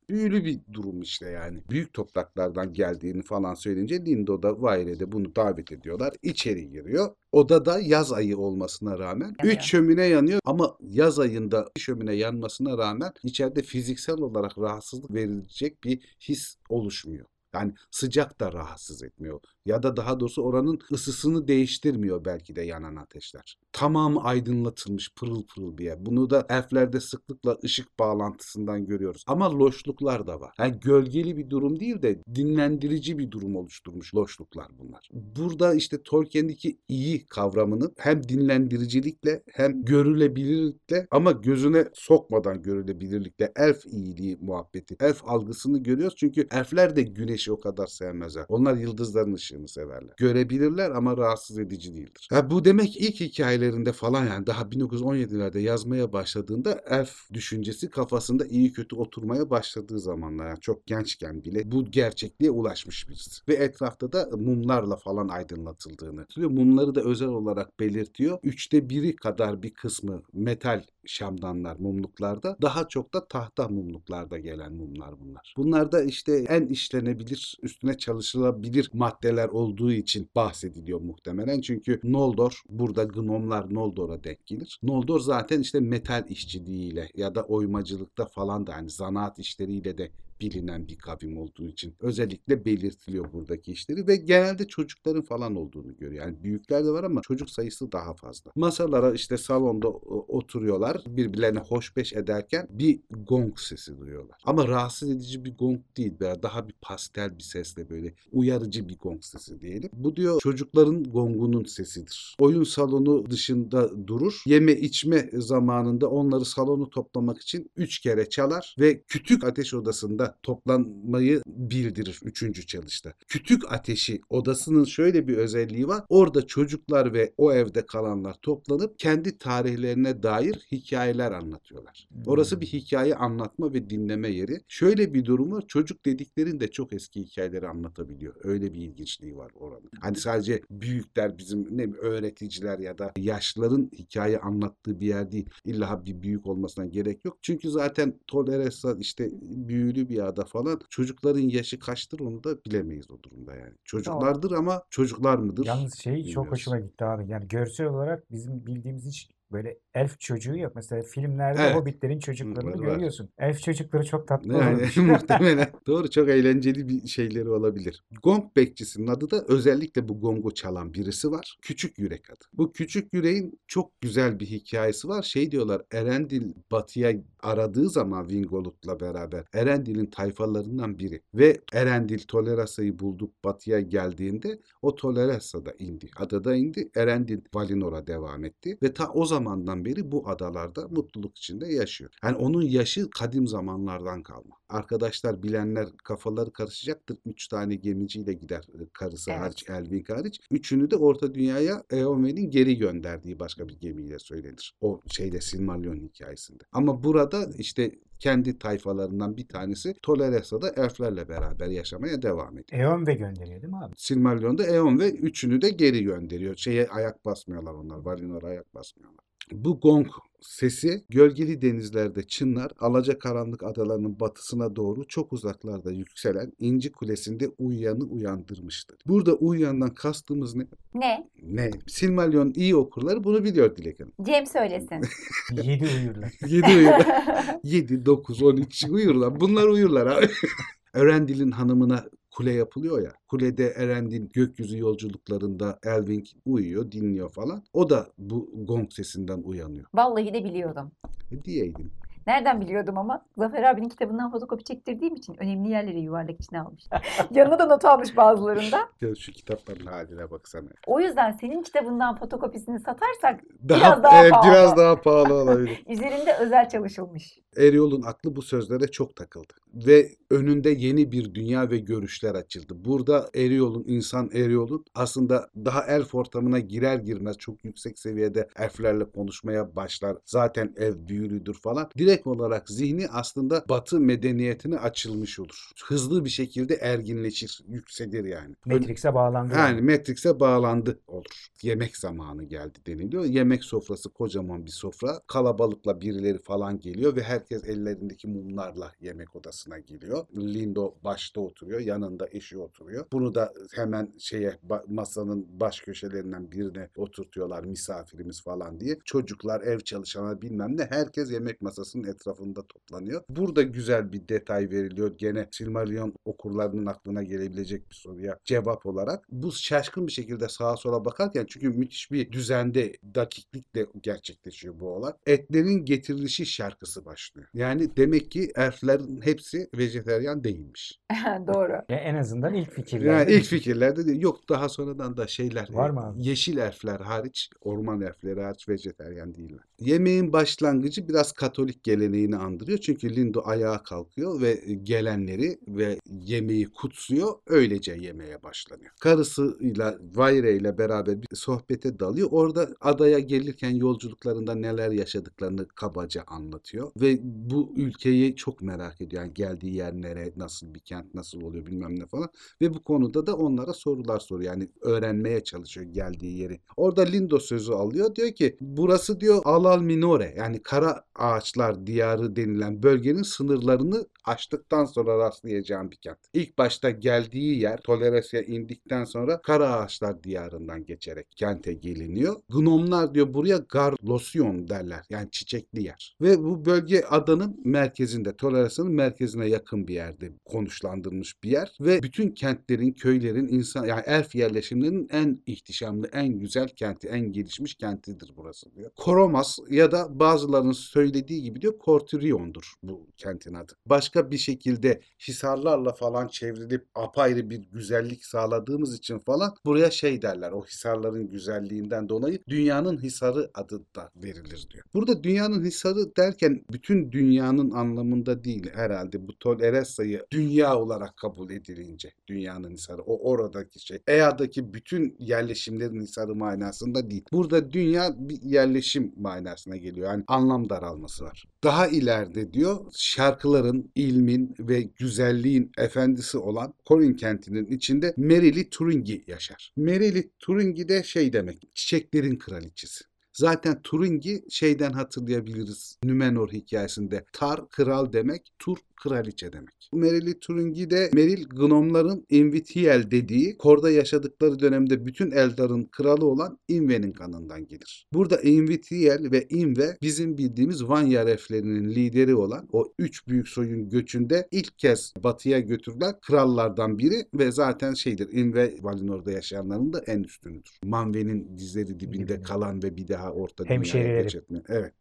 Büyülü bir durum işte yani. Büyük topraklardan geldiğini falan söyleyince Lindo'da Vaire'de bunu davet ediyorlar. İçeri giriyor. Odada yaz ayı olmasına rağmen Yanıyor. üç şömine yanıyor ama yaz ayında şömine yanmasına rağmen içeride fiziksel olarak rahatsızlık verilecek bir his oluşmuyor. Yani sıcak da rahatsız etmiyor. Ya da daha doğrusu oranın ısısını değiştirmiyor belki de yanan ateşler. Tamamı aydınlatılmış pırıl pırıl bir yer. Bunu da elflerde sıklıkla ışık bağlantısından görüyoruz. Ama loşluklar da var. Yani gölgeli bir durum değil de dinlendirici bir durum oluşturmuş loşluklar bunlar. Burada işte Tolkien'deki iyi kavramını hem dinlendiricilikle hem görülebilirlikle ama gözüne sokmadan görülebilirlikle elf iyiliği muhabbeti, elf algısını görüyoruz. Çünkü elfler de güneşi o kadar sevmezler. Onlar yıldızların ışığını severler. Görebilirler ama rahatsız edici değildir. Ya bu demek ilk hikayelerinde falan yani daha bin dokuz yüz on yedilerde yazmaya başladığında elf düşüncesi kafasında iyi kötü oturmaya başladığı zamanlar. Yani çok gençken bile bu gerçekliğe ulaşmış birisi. Ve etrafta da mumlarla falan aydınlatıldığını. Mumları da özel olarak belirtiyor. Üçte biri kadar bir kısmı metal şamdanlar, mumluklarda. Daha çok da tahta mumluklarda gelen mumlar bunlar. Bunlar da işte en işlenebilir, üstüne çalışılabilir maddeler olduğu için bahsediliyor muhtemelen. Çünkü Noldor, burada gnomlar Noldor'a denk gelir. Noldor zaten işte metal işçiliğiyle ya da oymacılıkta falan da hani zanaat işleriyle de bilinen bir kavim olduğu için özellikle belirtiliyor buradaki işleri ve genelde çocukların falan olduğunu görüyor. Yani büyükler de var ama çocuk sayısı daha fazla. Masalara işte salonda oturuyorlar. Birbirlerine hoşbeş ederken bir gong sesi duyuyorlar. Ama rahatsız edici bir gong değil. Daha bir pastel bir sesle böyle uyarıcı bir gong sesi diyelim. Bu diyor çocukların gongunun sesidir. Oyun salonu dışında durur. Yeme içme zamanında onları salonu toplamak için üç kere çalar ve kütük ateş odasında toplanmayı bildirir üçüncü çalışta. Kütük ateşi odasının şöyle bir özelliği var. Orada çocuklar ve o evde kalanlar toplanıp kendi tarihlerine dair hikayeler anlatıyorlar. Orası bir hikaye anlatma ve dinleme yeri. Şöyle bir durum var. Çocuk dediklerin de çok eski hikayeleri anlatabiliyor. Öyle bir ilginçliği var oranın. Hani sadece büyükler bizim ne bileyim, öğreticiler ya da yaşlıların hikaye anlattığı bir yer değil. İlla bir büyük olmasına gerek yok. Çünkü zaten Tolerans'a işte büyülü bir ada falan çocukların yaşı kaçtır onu da bilemeyiz o durumda yani. Çocuklardır ama çocuklar mıdır? Yalnız şey çok Bilmiyoruz. hoşuma gitti abi. Yani görsel olarak bizim bildiğimiz hiç böyle elf çocuğu yok. Mesela filmlerde Evet. Hobbitlerin çocuklarını Var, var. görüyorsun. Elf çocukları çok tatlı Yani olurmuş. muhtemelen doğru çok eğlenceli bir şeyleri olabilir. Gong bekçisinin adı da özellikle bu gongu çalan birisi var. Küçük Yürek adı. Bu Küçük Yürek'in çok güzel bir hikayesi var. Şey diyorlar Erendil batıya aradığı zaman Wingolut'la beraber Erendil'in tayfalarından biri ve Erendil Toleransa'yı bulduk batıya geldiğinde o Toleransa'da indi. Adada indi. Erendil Valinor'a devam etti ve ta o zamandan beri bu adalarda mutluluk içinde yaşıyor. Yani onun yaşı kadim zamanlardan kalma. Arkadaşlar bilenler kafaları karışacaktır. Üç tane gemiciyle gider karısı Evet. hariç, Elvin hariç. Üçünü de Orta Dünya'ya Eowyn'in geri gönderdiği başka bir gemiyle söylenir. O şeyde Silmarillion hikayesinde. Ama burada işte kendi tayfalarından bir tanesi Toleransa'da elflerle beraber yaşamaya devam ediyor. Eon ve gönderiyor değil mi abi? Silmarillion'da Eon ve üçünü de geri gönderiyor. Şeye ayak basmıyorlar onlar. Valinor'a ayak basmıyorlar. Bu gong sesi gölgeli denizlerde çınlar, alacakaranlık adalarının batısına doğru çok uzaklarda yükselen İnci Kulesi'nde uyuyanı uyandırmıştır. Burada uyuyandan kastımız ne? Ne? Ne? Silmarillion iyi okurları bunu biliyor Dilek Hanım. Cem söylesin. Yedi uyurlar. yedi uyurlar. yedi, dokuz, on üç uyurlar. Bunlar uyurlar abi. Erendil'in hanımına kule yapılıyor ya. Kulede Erendil gökyüzü yolculuklarında Elwing uyuyor, dinliyor falan. O da bu gong sesinden uyanıyor. Vallahi de biliyordum. E diyeydim. Nereden biliyordum ama? Zafer abinin kitabından fotokopi çektirdiğim için önemli yerleri yuvarlak içine almış. Yanına da not almış bazılarında. Ya şu kitapların haline baksana. O yüzden senin kitabından fotokopisini satarsak Daha, biraz daha evet, pahalı. biraz daha pahalı olabilir. Üzerinde özel çalışılmış. Eryol'un aklı bu sözlere çok takıldı. Ve önünde yeni bir dünya ve görüşler açıldı. Burada Eryol'un, insan Eryol'un aslında daha elf ortamına girer girmez çok yüksek seviyede elflerle konuşmaya başlar. Zaten ev büyülüdür falan. Direkt olarak zihni aslında Batı medeniyetine açılmış olur. Hızlı bir şekilde erginleşir, yükselir yani. Matrix'e bağlandı. Yani Matrix'e bağlandı olur. Yemek zamanı geldi deniliyor. Yemek sofrası kocaman bir sofra. Kalabalıkla birileri falan geliyor ve her herkes ellerindeki mumlarla yemek odasına geliyor. Lindo başta oturuyor, yanında eşi oturuyor. Bunu da hemen şeye masanın baş köşelerinden birine oturtuyorlar, misafirimiz falan diye. Çocuklar, ev çalışanlar bilmem ne, herkes yemek masasının etrafında toplanıyor. Burada güzel bir detay veriliyor. Gene Silmarillion okurlarının aklına gelebilecek bir soruya cevap olarak. Bu şaşkın bir şekilde sağa sola bakarken, çünkü müthiş bir düzende, dakiklikle gerçekleşiyor bu olay. Etlerin getirilişi şarkısı başlıyor. Yani demek ki elflerin hepsi vejeteryan değilmiş. Doğru. Ya en azından ilk fikirlerde. Yani ilk fikirlerde de yok, daha sonradan da şeyler Var e, mı abi? yeşil elfler hariç, orman elfleri hariç vejeteryan değiller. Yemeğin başlangıcı biraz Katolik geleneğini andırıyor. Çünkü Lindo ayağa kalkıyor ve gelenleri ve yemeği kutsuyor. Öylece yemeğe başlanıyor. Karısıyla, Vaire ile beraber bir sohbete dalıyor. Orada adaya gelirken yolculuklarında neler yaşadıklarını kabaca anlatıyor. Ve bu ülkeyi çok merak ediyor. Yani geldiği yer nere, nasıl bir kent, nasıl oluyor bilmem ne falan. Ve bu konuda da onlara sorular soruyor. Yani öğrenmeye çalışıyor geldiği yeri. Orada Lindo sözü alıyor. Diyor ki burası diyor Alal Minore, yani kara ağaçlar diyarı denilen bölgenin sınırlarını aştıktan sonra rastlayacağım bir kent. İlk başta geldiği yer Tolerasya indikten sonra kara ağaçlar diyarından geçerek kente geliniyor. Gnomlar diyor buraya Garlosyon derler. Yani çiçekli yer. Ve bu bölge adanın merkezinde, Tolerasya'nın merkezine yakın bir yerde konuşlandırılmış bir yer. Ve bütün kentlerin, köylerin, insan yani elf yerleşimlerinin en ihtişamlı, en güzel kenti, en gelişmiş kentidir burası diyor. Koromas ya da bazılarının söylediği gibi diyor Kortirion'dur bu kentin adı. Başka bir şekilde hisarlarla falan çevrilip apayrı bir güzellik sağladığımız için falan buraya şey derler. O hisarların güzelliğinden dolayı dünyanın hisarı adı da verilir diyor. Burada dünyanın hisarı derken bütün dünyanın anlamında değil herhalde. Bu Tol Eressa'yı dünya olarak kabul edilince dünyanın hisarı. O oradaki şey. Ea'daki bütün yerleşimlerin hisarı manasında değil. Burada dünya bir yerleşim manasına geliyor. Yani anlam daralması var. Daha ileride diyor şarkıların, ilmin ve güzelliğin efendisi olan Corin kentinin içinde Merili Turingi yaşar. Merili Turingi de şey demek, çiçeklerin kraliçesi. Zaten Turingi şeyden hatırlayabiliriz. Numenor hikayesinde Tar kral demek, Tur kraliçe demek. Merili Turingi de Meril Gnomların Invitiel dediği, Kor'da yaşadıkları dönemde bütün Eldar'ın kralı olan Inve'nin kanından gelir. Burada Invitiel ve Inve bizim bildiğimiz Vanya elflerinin lideri olan o üç büyük soyun göçünde ilk kez batıya götürülen krallardan biri ve zaten şeydir, Inve Valinor'da yaşayanların da en üstünüdür. Manwe'nin dizleri dibinde Dibine. kalan ve bir daha orta dünyaya Hemşerileri. göç etme. Evet.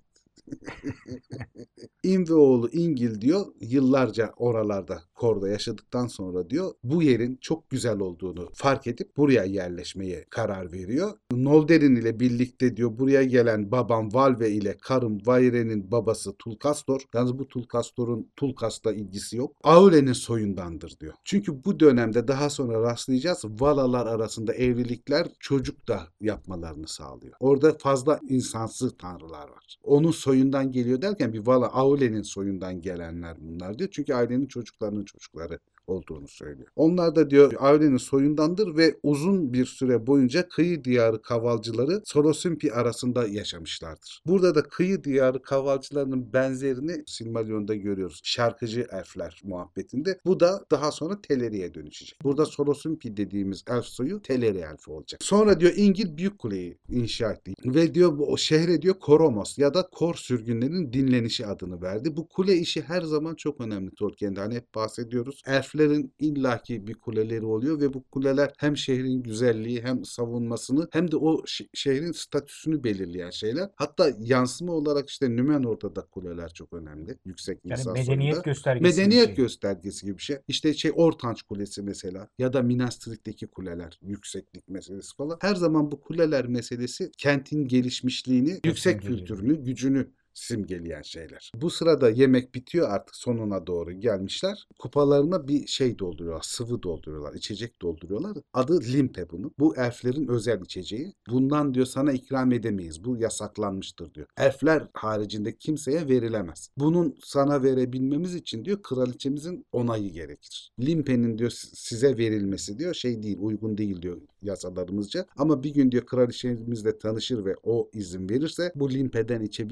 İnveoğlu İngil diyor yıllarca oralarda Kor'da yaşadıktan sonra diyor bu yerin çok güzel olduğunu fark edip buraya yerleşmeye karar veriyor. Nolderin ile birlikte diyor buraya gelen babam Valve ile karım Vaire'nin babası Tulkastor. Yalnız bu Tulkastor'un Tulkas'la ilgisi yok. Aule'nin soyundandır diyor. Çünkü bu dönemde daha sonra rastlayacağız Valalar arasında evlilikler çocuk da yapmalarını sağlıyor. Orada fazla insansı tanrılar var. Onun soyundan geliyor derken bir Vala Aule'nin soyundan gelenler bunlar diyor. Çünkü ailenin çocuklarının çocukları olduğunu söylüyor. Onlar da diyor ailenin soyundandır ve uzun bir süre boyunca kıyı diyarı kavalcıları Solosympi arasında yaşamışlardır. Burada da kıyı diyarı kavalcılarının benzerini Silmarillion'da görüyoruz. Şarkıcı elfler muhabbetinde. Bu da daha sonra Teleri'ye dönüşecek. Burada Solosympi dediğimiz elf soyu Teleri elfi olacak. Sonra diyor İngil Büyük Kule'yi inşa etti. Ve diyor bu o şehre diyor Koromos ya da Kor sürgünlerinin dinlenişi adını verdi. Bu kule işi her zaman çok önemli Tolkien'de. Hani hep bahsediyoruz. Elflerin illaki bir kuleleri oluyor ve bu kuleler hem şehrin güzelliği hem savunmasını hem de o şehrin statüsünü belirleyen şeyler. Hatta yansıma olarak işte Numenor'da da kuleler çok önemli. Yüksek Yani insan medeniyet soyunda. göstergesi Medeniyet bir şey. göstergesi gibi bir şey. İşte şey Ortanç Kulesi mesela ya da Minas Tirith'teki kuleler, yükseklik meselesi falan. Her zaman bu kuleler meselesi kentin gelişmişliğini, yüksek simgeliyor. kültürünü, gücünü simgeleyen şeyler. Bu sırada yemek bitiyor, artık sonuna doğru gelmişler. Kupalarına bir şey dolduruyorlar, sıvı dolduruyorlar, içecek dolduruyorlar. Adı limpe bunun. Bu elflerin özel içeceği. Bundan diyor sana ikram edemeyiz. Bu yasaklanmıştır diyor. Elfler haricinde kimseye verilemez. Bunun sana verebilmemiz için diyor kraliçemizin onayı gerekir. Limpe'nin diyor size verilmesi diyor şey değil, uygun değil diyor yasalarımızca. Ama bir gün diyor kraliçemizle tanışır ve o izin verirse bu limpeden içebilirsin.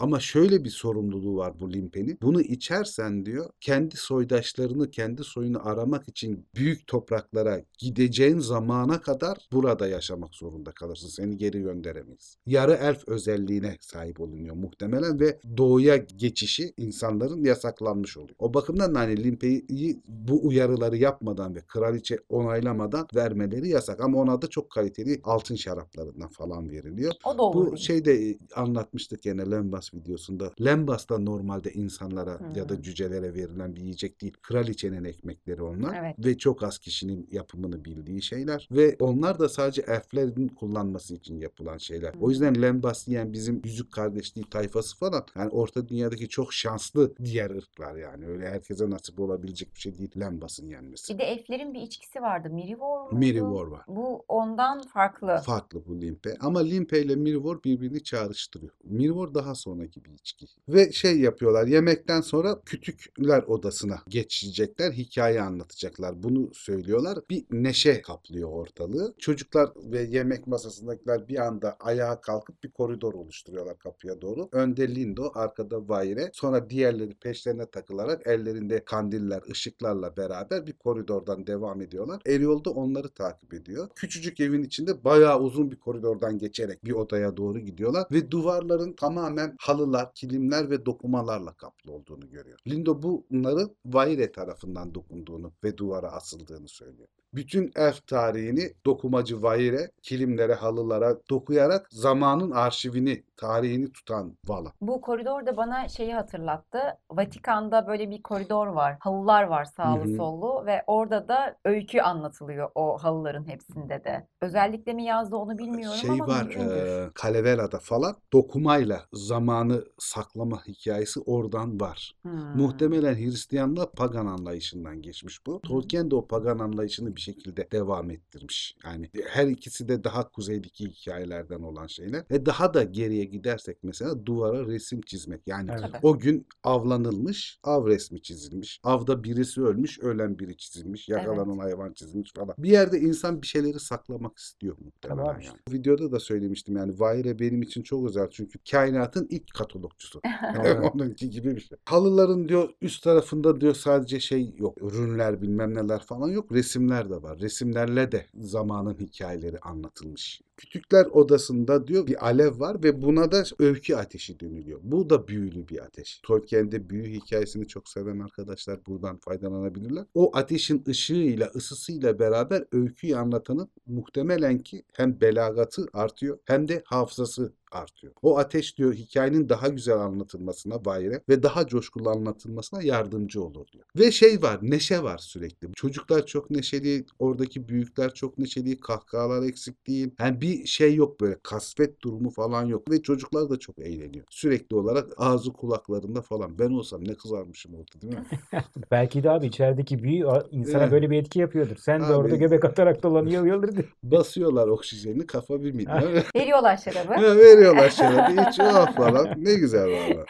Ama şöyle bir sorumluluğu var bu limpenin. Bunu içersen diyor kendi soydaşlarını, kendi soyunu aramak için büyük topraklara gideceğin zamana kadar burada yaşamak zorunda kalırsın. Seni geri gönderemeyiz. Yarı elf özelliğine sahip olunuyor muhtemelen ve doğuya geçişi insanların yasaklanmış oluyor. O bakımdan hani limpeyi bu uyarıları yapmadan ve kraliçe onaylamadan vermeleri yasak. Ama ona da çok kaliteli altın şaraplarından falan veriliyor. O da olur Bu değil. şeyde anlatmıştık gene Lembas videosunda. Lembas da normalde insanlara Hmm. ya da cücelere verilen bir yiyecek değil. Kraliçenin ekmekleri onlar. Evet. Ve çok az kişinin yapımını bildiği şeyler. Ve onlar da sadece elflerin kullanması için yapılan şeyler. O yüzden Lembas yiyen bizim Yüzük Kardeşliği tayfası falan yani Orta Dünya'daki çok şanslı diğer ırklar yani. Öyle herkese nasip olabilecek bir şey değil Lembas'ın yenmesi. Bir de elflerin bir içkisi vardı. Mirivor muydu? Mirivor var. Bu ondan farklı. Farklı bu limpe. Ama limpe ile mirivor birbirini çağrıştırıyor. Mirivor daha sonraki bir içki. Ve şey yapıyorlar. Yemekten sonra kütükler odasına geçecekler. Hikaye anlatacaklar. Bunu söylüyorlar. Bir neşe kaplıyor ortalığı. Çocuklar ve yemek masasındakiler bir anda ayağa kalkıp bir koridor oluşturuyorlar kapıya doğru. Önde Lindo, arkada Vaire. Sonra diğerleri peşlerine takılarak ellerinde kandiller, ışıklarla beraber bir koridordan devam ediyorlar. Eriol da onları takip ediyor. Küçücük evin içinde bayağı uzun bir koridordan geçerek bir odaya doğru gidiyorlar ve duvarların tamamen halılar, kilimler ve dokumalarla kaplı olduğunu görüyor. Lindo bunların Vaire tarafından dokunduğunu ve duvara asıldığını söylüyor. Bütün elf tarihini dokumacı Vaire kilimlere, halılara dokuyarak zamanın arşivini, tarihini tutan Vala. Bu koridor da bana şeyi hatırlattı. Vatikan'da böyle bir koridor var. Halılar var sağlı Hı hı. sollu ve orada da öykü anlatılıyor o halıların hepsinde de. Özellikle mi yazdı onu bilmiyorum Şey ama var mümkündür. e, Kalevela'da falan dokumayla zamanı saklama hikayesi oradan var. Hmm. Muhtemelen Hristiyanlığa pagan anlayışından geçmiş bu. Tolkien de o pagan anlayışını bir şekilde devam ettirmiş. Yani her ikisi de daha kuzeydeki hikayelerden olan şeyler. Ve daha da geriye gidersek mesela duvara resim çizmek. Yani Evet. Tabii. o gün avlanılmış, av resmi çizilmiş. Avda birisi ölmüş, ölen biri çizilmiş. Yakalanan Evet. hayvan çizilmiş falan. Bir yerde insan bir şeyleri saklamak istiyor muhtemelen Tabii abi yani. Videoda da söylemiştim yani Vaire benim için çok özel çünkü kainatın ilk katalogcusu. Evet. Onunki gibi bir şey. Halıların diyor üst tarafında diyor sadece şey yok. Ürünler bilmem neler falan yok. Resimler de var. Resimlerle de zamanın hikayeleri anlatılmış. Kütükler odasında diyor bir alev var ve buna da öykü ateşi deniliyor. Bu da büyülü bir ateş. Tolkien'de büyü hikayesini çok seven arkadaşlar buradan faydalanabilirler. O ateşin ışığıyla, ısısıyla beraber öyküyü anlatanın muhtemelen ki hem belagatı artıyor hem de hafızası artıyor. O ateş diyor hikayenin daha güzel anlatılmasına Vaire ve daha coşkulu anlatılmasına yardımcı olur diyor. Ve şey var, neşe var sürekli. Çocuklar çok neşeli, oradaki büyükler çok neşeli, kahkahalar eksik değil. Yani bir şey yok böyle kasvet durumu falan yok ve çocuklar da çok eğleniyor. Sürekli olarak ağzı kulaklarında falan. Ben olsam ne kızarmışım orada değil mi? Belki de abi içerideki büyü a- insana Yani. böyle bir etki yapıyordur. Sen de Abi. orada göbek atarak dolanıyor olurdu. Basıyorlar oksijeni kafa bir milyon. Veriyorlar şarabı. Ya veriyorlar şarabı iç oh falan. Ne güzel valla.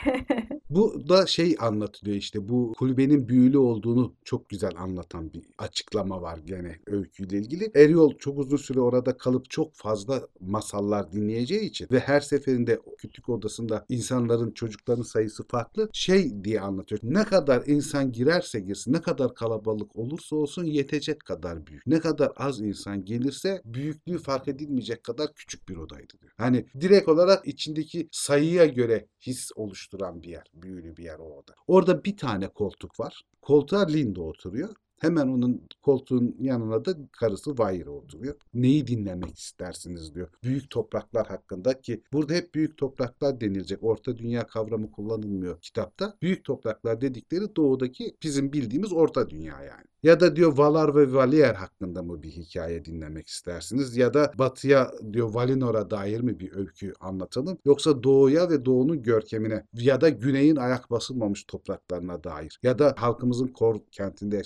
Bu da şey anlatılıyor işte bu kulübenin büyülü olduğunu çok güzel anlatan bir açıklama var gene öyküyle ilgili. Eriol çok uzun süre orada kalıp çok fazla masallar dinleyeceği için ve her seferinde o kütük odasında insanların çocukların sayısı farklı şey diye anlatıyor. Ne kadar insan girerse girsin ne kadar kalabalık olursa olsun yetecek kadar büyük. Ne kadar az insan gelirse büyüklüğü fark edilmeyecek kadar küçük bir odaydı diyor. Hani direkt olarak içindeki sayıya göre his oluşturan bir yer. Büyülü bir yer o oda. Orada bir tane koltuk var. Koltuğa Lindo oturuyor. Hemen onun koltuğun yanına da karısı Vaire oturuyor. Neyi dinlemek istersiniz diyor. Büyük topraklar hakkında ki burada hep büyük topraklar denilecek. Orta dünya kavramı kullanılmıyor kitapta. Büyük topraklar dedikleri doğudaki bizim bildiğimiz orta dünya yani. Ya da diyor Valar ve Valier hakkında mı bir hikaye dinlemek istersiniz? Ya da batıya diyor Valinor'a dair mi bir öykü anlatalım? Yoksa doğuya ve doğunun görkemine ya da güneyin ayak basılmamış topraklarına dair ya da halkımızın Kor kentinde yaşadığı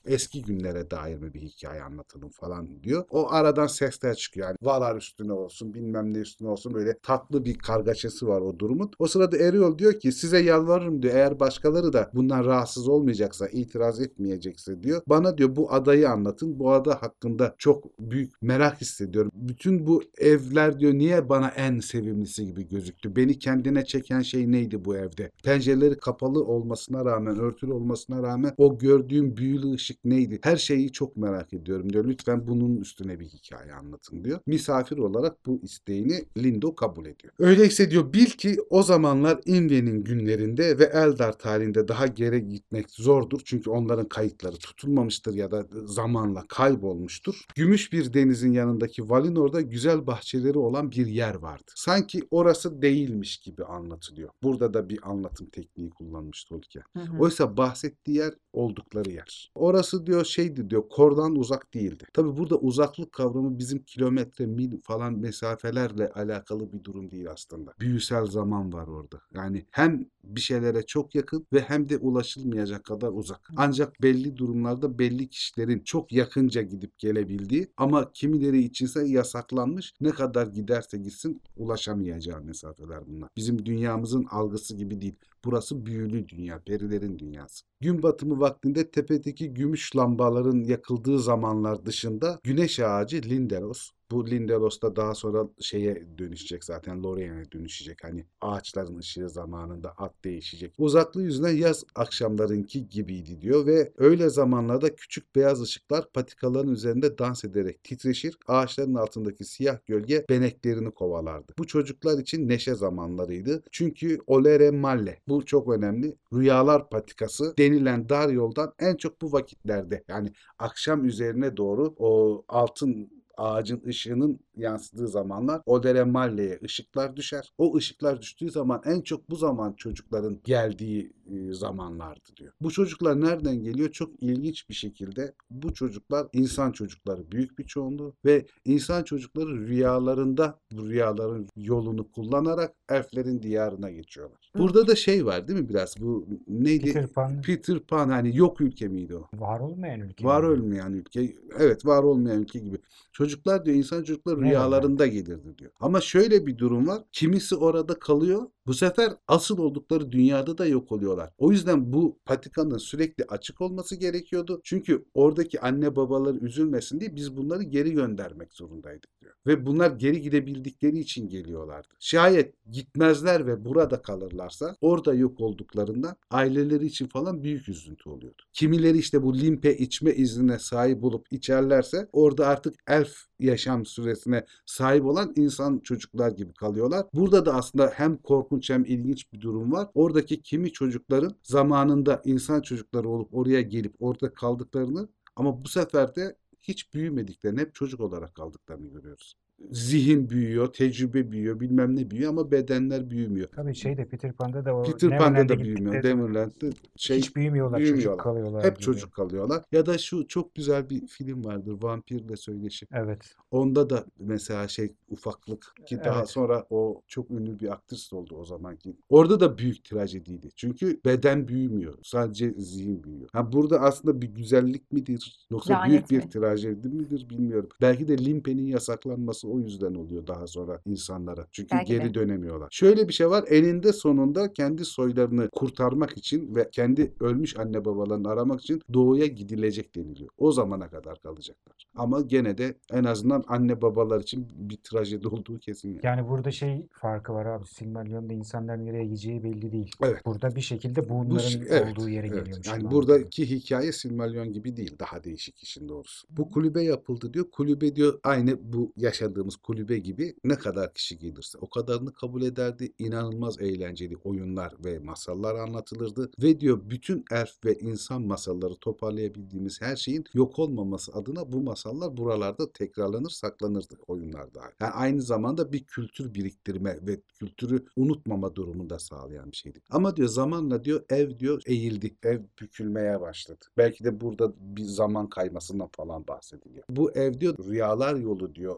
Eski günlere dair mi bir hikaye anlatalım falan diyor. O aradan sesler çıkıyor. Yani Valar üstüne olsun, bilmem ne üstüne olsun, böyle tatlı bir kargaşası var o durumun. O sırada Eriol diyor ki size yalvarırım diyor. Eğer başkaları da bundan rahatsız olmayacaksa, itiraz etmeyecekse diyor. Bana diyor bu adayı anlatın. Bu ada hakkında çok büyük merak hissediyorum. Bütün bu evler diyor niye bana en sevimlisi gibi gözüktü? Beni kendine çeken şey neydi bu evde? Pencereleri kapalı olmasına rağmen, örtülü olmasına rağmen o gördüğüm büyülü ışık neydi? Her şeyi çok merak ediyorum diyor. Lütfen bunun üstüne bir hikaye anlatın diyor. Misafir olarak bu isteğini Lindo kabul ediyor. Öyleyse diyor bil ki o zamanlar Inve'nin günlerinde ve Eldar tarihinde daha geri gitmek zordur. Çünkü onların kayıtları tutulmamıştır ya da zamanla kaybolmuştur. Gümüş bir denizin yanındaki Valinor'da güzel bahçeleri olan bir yer vardı. Sanki orası değilmiş gibi anlatılıyor. Burada da bir anlatım tekniği kullanmış Tolkien. Hı hı. Oysa bahsettiği yer oldukları yer. Orası diyor şeydi diyor kordan uzak değildi. Tabi burada uzaklık kavramı bizim kilometre, mil falan mesafelerle alakalı bir durum değil aslında. Büyüsel zaman var orada. Yani hem bir şeylere çok yakın ve hem de ulaşılmayacak kadar uzak. Ancak belli durumlarda belli kişilerin çok yakınca gidip gelebildiği ama kimileri içinse yasaklanmış ne kadar giderse gitsin ulaşamayacağı mesafeler bunlar. Bizim dünyamızın algısı gibi değil. Burası büyülü dünya, perilerin dünyası. Gün batımı vaktinde tepedeki gümüş lambaların yakıldığı zamanlar dışında güneş ağacı Lindelos. Bu Lindelos da daha sonra şeye dönüşecek zaten Lorien'e dönüşecek. Hani ağaçların ışığı zamanında at değişecek. Uzaklığı yüzünden yaz akşamlarınki gibiydi diyor ve öyle zamanlarda küçük beyaz ışıklar patikaların üzerinde dans ederek titreşir. Ağaçların altındaki siyah gölge beneklerini kovalardı. Bu çocuklar için neşe zamanlarıydı. Çünkü Olere Malle, bu çok önemli, rüyalar patikası denilen dar yoldan en çok bu vakitlerde yani akşam üzerine doğru o altın ağacın ışığının yansıdığı zamanlar Olere Malle'ye ışıklar düşer. O ışıklar düştüğü zaman en çok bu zaman çocukların geldiği e, zamanlardı diyor. Bu çocuklar nereden geliyor? Çok ilginç bir şekilde bu çocuklar insan çocukları büyük bir çoğunluğu ve insan çocukları rüyalarında bu rüyaların yolunu kullanarak elflerin diyarına geçiyorlar. Burada da şey var değil mi biraz? Bu neydi? Peter Pan Peter Pan hani yok ülke miydi o? var olmayan ülke. Var miydi? olmayan ülke. Evet var olmayan ülke gibi. Çocuklar diyor insan çocuklar Ne rüyalarında gelirdi diyor. Ama şöyle bir durum var. Kimisi orada kalıyor. Bu sefer asıl oldukları dünyada da yok oluyorlar. O yüzden bu patikanın sürekli açık olması gerekiyordu. Çünkü oradaki anne babaları üzülmesin diye biz bunları geri göndermek zorundaydık diyor. Ve bunlar geri gidebildikleri için geliyorlardı. Şayet gitmezler ve burada kalırlarsa orada yok olduklarında aileleri için falan büyük üzüntü oluyordu. Kimileri işte bu limpe içme iznine sahip olup içerlerse orada artık elf yaşam süresine sahip olan insan çocuklar gibi kalıyorlar. Burada da aslında hem korkunç hem ilginç bir durum var. Oradaki kimi çocukların zamanında insan çocukları olup oraya gelip orada kaldıklarını ama bu sefer de hiç büyümediklerini, hep çocuk olarak kaldıklarını görüyoruz. Zihin büyüyor, tecrübe büyüyor, bilmem ne büyüyor ama bedenler büyümüyor. Tabii şeyde Peter Pan'da da o Peter Pan'da Neverland'e da büyümüyor. gittikleri zaman Demirland'de şey hiç büyümüyorlar, çocuk büyümüyorlar. kalıyorlar Hep gibi. çocuk kalıyorlar. Ya da şu çok güzel bir film vardır. Vampirle Söyleşi. Evet. Onda da mesela şey ufaklık ki daha Evet. sonra o çok ünlü bir aktris oldu o zamanki. Orada da büyük trajediydi. Çünkü beden büyümüyor. Sadece zihin büyüyor. Ha burada aslında bir güzellik midir? Yoksa Lanet büyük bir mi? trajedi midir bilmiyorum. Belki de limpenin yasaklanması o yüzden oluyor daha sonra insanlara. Çünkü Belki geri de. dönemiyorlar. Şöyle bir şey var. Eninde sonunda kendi soylarını kurtarmak için ve kendi ölmüş anne babalarını aramak için doğuya gidilecek deniliyor. O zamana kadar kalacaklar. Ama gene de en azından anne babalar için bir trajedi olduğu kesin. Yani. Yani burada şey farkı var abi. Silmarillion'da insanların nereye gideceği belli değil. Evet. Burada bir şekilde Bu bunların ş- evet, olduğu yere evet. geliyormuş Yani gibi buradaki hikaye Silmarillion gibi değil. Daha değişik işin doğrusu. Bu kulübe yapıldı diyor. Kulübe diyor aynı bu yaşadığımız kulübe gibi ne kadar kişi gelirse o kadarını kabul ederdi. İnanılmaz eğlenceli oyunlar ve masallar anlatılırdı. Ve diyor bütün elf ve insan masalları toparlayabildiğimiz her şeyin yok olmaması adına bu masallar buralarda tekrarlanır, saklanırdı oyunlarda. Yani aynı zamanda bir kültür biriktirme ve kültürü unutmama durumunu da sağlayan bir şeydi. Ama diyor zamanla diyor ev diyor eğildi. Ev bükülmeye başladı. Belki de burada bir zaman kaymasından falan bahsediliyor. Bu ev diyor rüyalar yolu diyor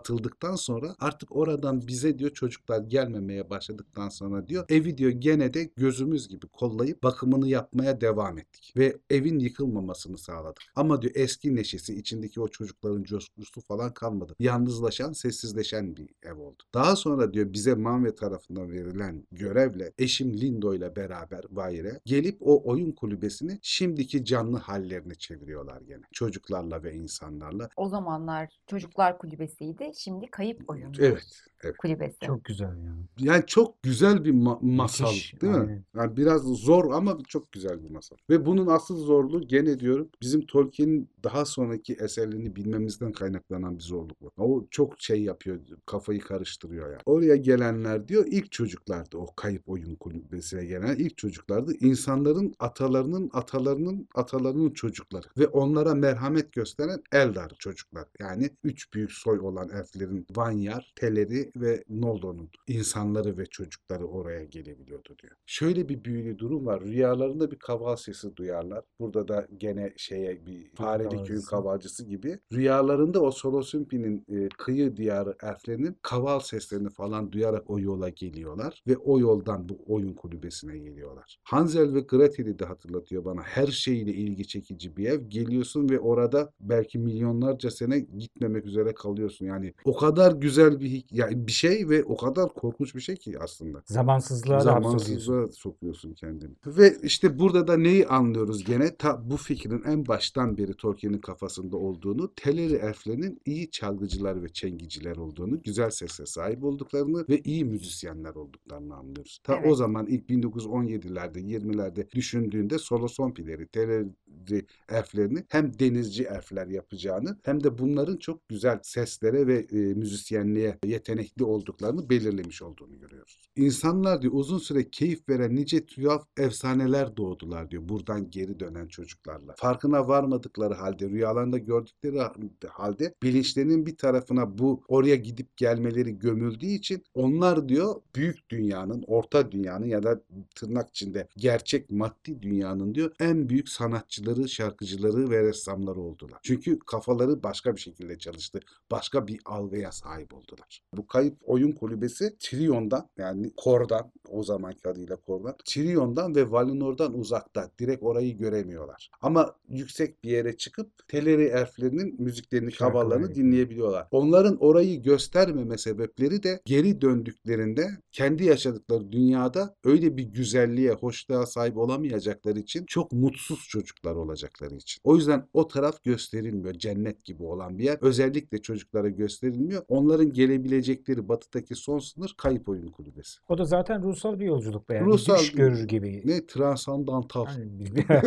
atıldıktan sonra artık oradan bize diyor çocuklar gelmemeye başladıktan sonra diyor evi diyor gene de gözümüz gibi kollayıp bakımını yapmaya devam ettik. Ve evin yıkılmamasını sağladık. Ama diyor eski neşesi, içindeki o çocukların coşkusu falan kalmadı. Yalnızlaşan, sessizleşen bir ev oldu. Daha sonra diyor bize Manve tarafından verilen görevle eşim Lindo ile beraber Bayre gelip o oyun kulübesini şimdiki canlı hallerine çeviriyorlar gene. Çocuklarla ve insanlarla. O zamanlar Çocuklar Kulübesi'ydi. Şimdi Kayıp Oyunlar Evet, evet. Kulübesi. Çok güzel ya. Yani çok güzel bir ma- masal Müthiş, değil mi? aynen. Yani biraz zor ama çok güzel bir masal. Ve bunun asıl zorluğu gene diyorum bizim Tolkien'in daha sonraki eserlerini bilmemizden kaynaklanan bir zorluk var. O çok şey yapıyor, kafayı karıştırıyor yani. Oraya gelenler diyor ilk çocuklardı o kayıp oyun kulübesine gelen ilk çocuklardı. İnsanların atalarının atalarının atalarının çocukları ve onlara merhamet gösteren Eldar çocuklar. Yani üç büyük soy olan elflerin Vanyar, Teleri ve Noldor'un insanları ve çocukları oraya gelebiliyordu diyor. Şöyle bir büyülü durum var. Rüyalarında bir kaval sesi duyarlar. Burada da gene şeye bir fareli köyün kavalcısı. kavalcısı gibi. Rüyalarında o Solosümpi'nin e, kıyı diyarı elflerinin kaval seslerini falan duyarak o yola geliyorlar ve o yoldan bu oyun kulübesine geliyorlar. Hansel ve Gretel'i de hatırlatıyor bana. Her şeyle ilgi çekici bir ev. Geliyorsun ve orada belki milyonlarca sene gitmemek üzere kalıyorsun. Yani o kadar güzel bir yani bir şey ve o kadar korkunç bir şey ki aslında. Zamansızlığa da hapsoluyorsun. Zamansızlığa sokuyorsun kendini. Ve işte burada da neyi anlıyoruz gene? Ta bu fikrin en baştan beri Tolkien'in kafasında olduğunu, Teleri elflerinin iyi çalgıcılar ve çengiciler olduğunu, güzel sese sahip olduklarını ve iyi müzisyenler olduklarını anlıyoruz. Ta o Evet. zaman ilk bin dokuz yüz on yedilerde, yirmilerde düşündüğünde Solosompileri, Teleri elflerini hem denizci elfler yapacağını hem de bunların çok güzel seslere ve e, müzisyenliğe yetenekli olduklarını belirlemiş olduğunu görüyoruz. İnsanlar diyor uzun süre keyif veren nice tuhaf efsaneler doğdular diyor buradan geri dönen çocuklarla. Farkına varmadıkları halde rüyalarında gördükleri halde bilinçlerinin bir tarafına bu oraya gidip gelmeleri gömüldüğü için onlar diyor büyük dünyanın, orta dünyanın ya da tırnak içinde gerçek maddi dünyanın diyor en büyük sanatçıları, şarkıcıları ve ressamları oldular. Çünkü kafaları başka bir şekilde çalıştı. Başka bir algıya sahip oldular. Bu kayıp oyun kulübesi Tirion'dan yani Kor'dan o zamanki adıyla Kor'dan Tirion'dan ve Valinor'dan uzakta. Direkt orayı göremiyorlar. Ama yüksek bir yere çıkıp Teleri elflerinin müziklerini, Şarkılar kavallarını yapıyor. dinleyebiliyorlar. Onların orayı göstermeme sebepleri de geri döndüklerinde kendi yaşadıkları dünyada öyle bir güzelliğe, hoşluğa sahip olamayacakları için çok mutsuz çocuklar olacakları için. O yüzden o taraf gösterilmiyor. Cennet gibi olan bir yer. Özellikle çocuklara gösterilmiyor. Onların gelebilecekleri batıdaki son sınır kayıp oyun kulübesi. O da zaten ruhsal bir yolculuk be yani. Ruhsal Düş görür gibi. ne transandantal. Hani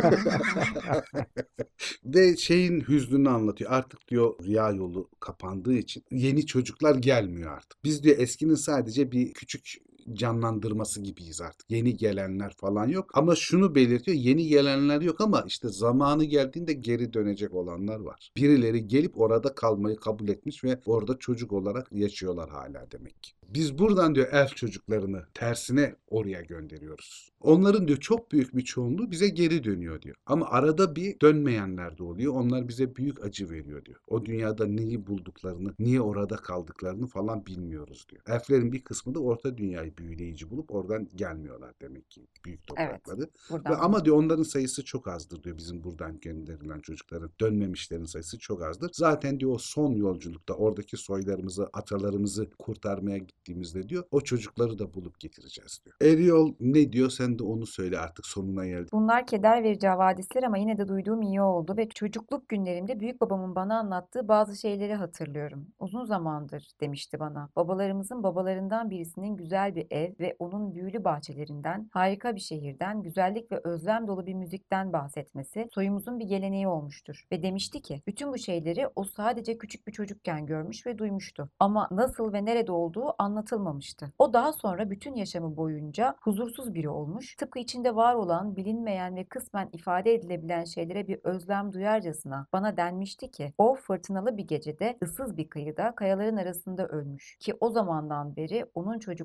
Ve şeyin hüznünü anlatıyor. Artık diyor rüya yolu kapandığı için yeni çocuklar gelmiyor artık. Biz diyor eskinin sadece bir küçük canlandırması gibiyiz artık. Yeni gelenler falan yok. Ama şunu belirtiyor. Yeni gelenler yok ama işte zamanı geldiğinde geri dönecek olanlar var. Birileri gelip orada kalmayı kabul etmiş ve orada çocuk olarak yaşıyorlar hala demek ki. Biz buradan diyor elf çocuklarını tersine oraya gönderiyoruz. Onların diyor çok büyük bir çoğunluğu bize geri dönüyor diyor. Ama arada bir dönmeyenler de oluyor. Onlar bize büyük acı veriyor diyor. O dünyada neyi bulduklarını, niye orada kaldıklarını falan bilmiyoruz diyor. Elflerin bir kısmı da orta dünyayı büyüleyici bulup oradan gelmiyorlar demek ki büyük toprakları. Evet. Ve Buradan ama diyor onların sayısı çok azdır diyor bizim buradan gönderilen çocukların. Dönmemişlerin sayısı çok azdır. Zaten diyor o son yolculukta oradaki soylarımızı, atalarımızı kurtarmaya gittiğimizde diyor o çocukları da bulup getireceğiz diyor. Eriol ne diyor sen de onu söyle artık sonuna geldi. Bunlar keder verici havadisler ama yine de duyduğum iyi oldu ve çocukluk günlerimde büyük babamın bana anlattığı bazı şeyleri hatırlıyorum. Uzun zamandır demişti bana. Babalarımızın babalarından birisinin güzel bir ev ve onun büyülü bahçelerinden, harika bir şehirden, güzellik ve özlem dolu bir müzikten bahsetmesi soyumuzun bir geleneği olmuştur. Ve demişti ki bütün bu şeyleri o sadece küçük bir çocukken görmüş ve duymuştu. Ama nasıl ve nerede olduğu anlatılmamıştı. O daha sonra bütün yaşamı boyunca huzursuz biri olmuş, tıpkı içinde var olan, bilinmeyen ve kısmen ifade edilebilen şeylere bir özlem duyarcasına bana denmişti ki o fırtınalı bir gecede ıssız bir kıyıda kayaların arasında ölmüş ki o zamandan beri onun çocukları ve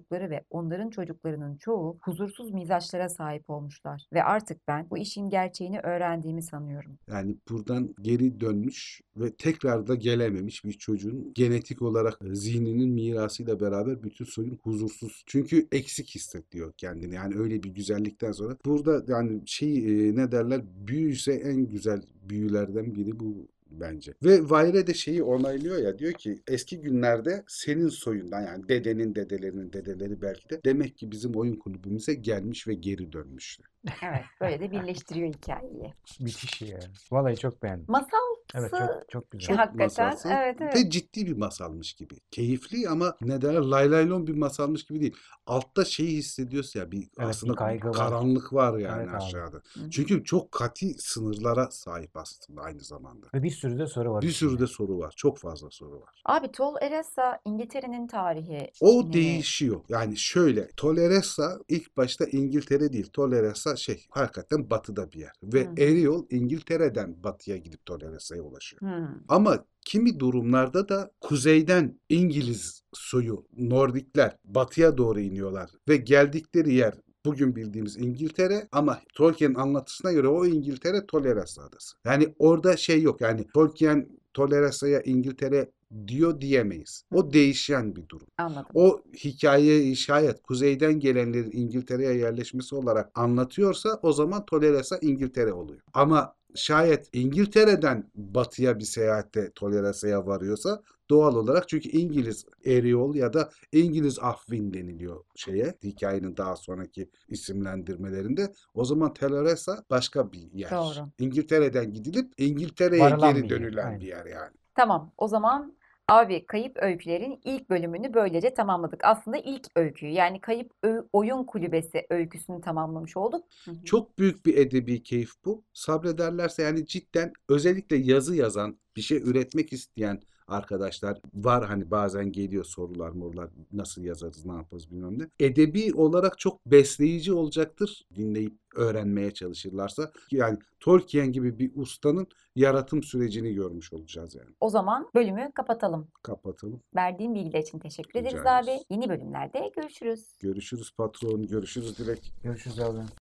onların çocuklarının çoğu huzursuz mizaçlara sahip olmuşlar. Ve artık ben bu işin gerçeğini öğrendiğimi sanıyorum. Yani buradan geri dönmüş ve tekrar da gelememiş bir çocuğun genetik olarak e, zihninin mirasıyla beraber bütün soyun huzursuz. Çünkü eksik hissediyor kendini. Yani öyle bir güzellikten sonra. Burada yani şey e, ne derler, büyüyse en güzel büyülerden biri bu bence. Ve Vayre de şeyi onaylıyor ya, diyor ki eski günlerde senin soyundan, yani dedenin dedelerinin dedeleri belki de demek ki bizim oyun kulübümüze gelmiş ve geri dönmüştü. Evet, böyle de birleştiriyor hikayeyi. Müthiş ya. Vallahi çok beğendim. Masalsı Evet, çok çok güzel. Çok hakikaten, masalsı evet, evet. ve ciddi bir masalmış gibi. Keyifli ama ne derler, lay lay lon bir masalmış gibi değil. Altta şeyi hissediyorsun ya, bir bir aslında kaygı var. karanlık var yani Evet abi. aşağıda. Hı hı. Çünkü çok katı sınırlara sahip aslında aynı zamanda. Ve bir sürü de soru var Bir içinde. sürü de soru var. Çok fazla soru var. Abi Tol Eressa İngiltere'nin tarihi. O ne? değişiyor. Yani şöyle, Toleressa ilk başta İngiltere değil. Toleressa şey hakikaten batıda bir yer. Ve Hı hı. Eriol İngiltere'den batıya gidip Toleressa'ya ulaşıyor. Hmm. Ama kimi durumlarda da kuzeyden İngiliz soyu, Nordikler batıya doğru iniyorlar ve geldikleri yer bugün bildiğimiz İngiltere, ama Tolkien'in anlatısına göre o İngiltere Tolerassa adası. Yani orada şey yok, yani Tolkien Toleressa'ya İngiltere diyor diyemeyiz. O değişen bir durum. Anladım. O hikayeyi şayet kuzeyden gelenlerin İngiltere'ye yerleşmesi olarak anlatıyorsa o zaman Toleressa İngiltere oluyor. Ama şayet İngiltere'den batıya bir seyahatte Toleressa'ya varıyorsa doğal olarak, çünkü İngiliz Eriol ya da İngiliz Afvin deniliyor şeye, hikayenin daha sonraki isimlendirmelerinde. O zaman Toleressa başka bir yer. Doğru. İngiltere'den gidilip İngiltere'ye Varılan geri bir yer, dönülen aynen. bir yer yani. Tamam, o zaman abi Kayıp Öyküler'in ilk bölümünü böylece tamamladık. Aslında ilk öyküyü, yani Kayıp Ö- Oyun Kulübesi öyküsünü tamamlamış olduk. Hı hı. Çok büyük bir edebi keyif bu. Sabrederlerse yani cidden, özellikle yazı yazan, bir şey üretmek isteyen arkadaşlar var. Hani bazen geliyor sorular morular, nasıl yazarız, ne yaparız bilmem ne. Edebi olarak çok besleyici olacaktır dinleyip öğrenmeye çalışırlarsa. Yani Tolkien gibi bir ustanın yaratım sürecini görmüş olacağız yani. O zaman bölümü kapatalım. Kapatalım. Verdiğin bilgiler için teşekkür Rica ederiz abi. ederiz. Yeni bölümlerde görüşürüz. Görüşürüz patron, görüşürüz Dilek. Görüşürüz abi.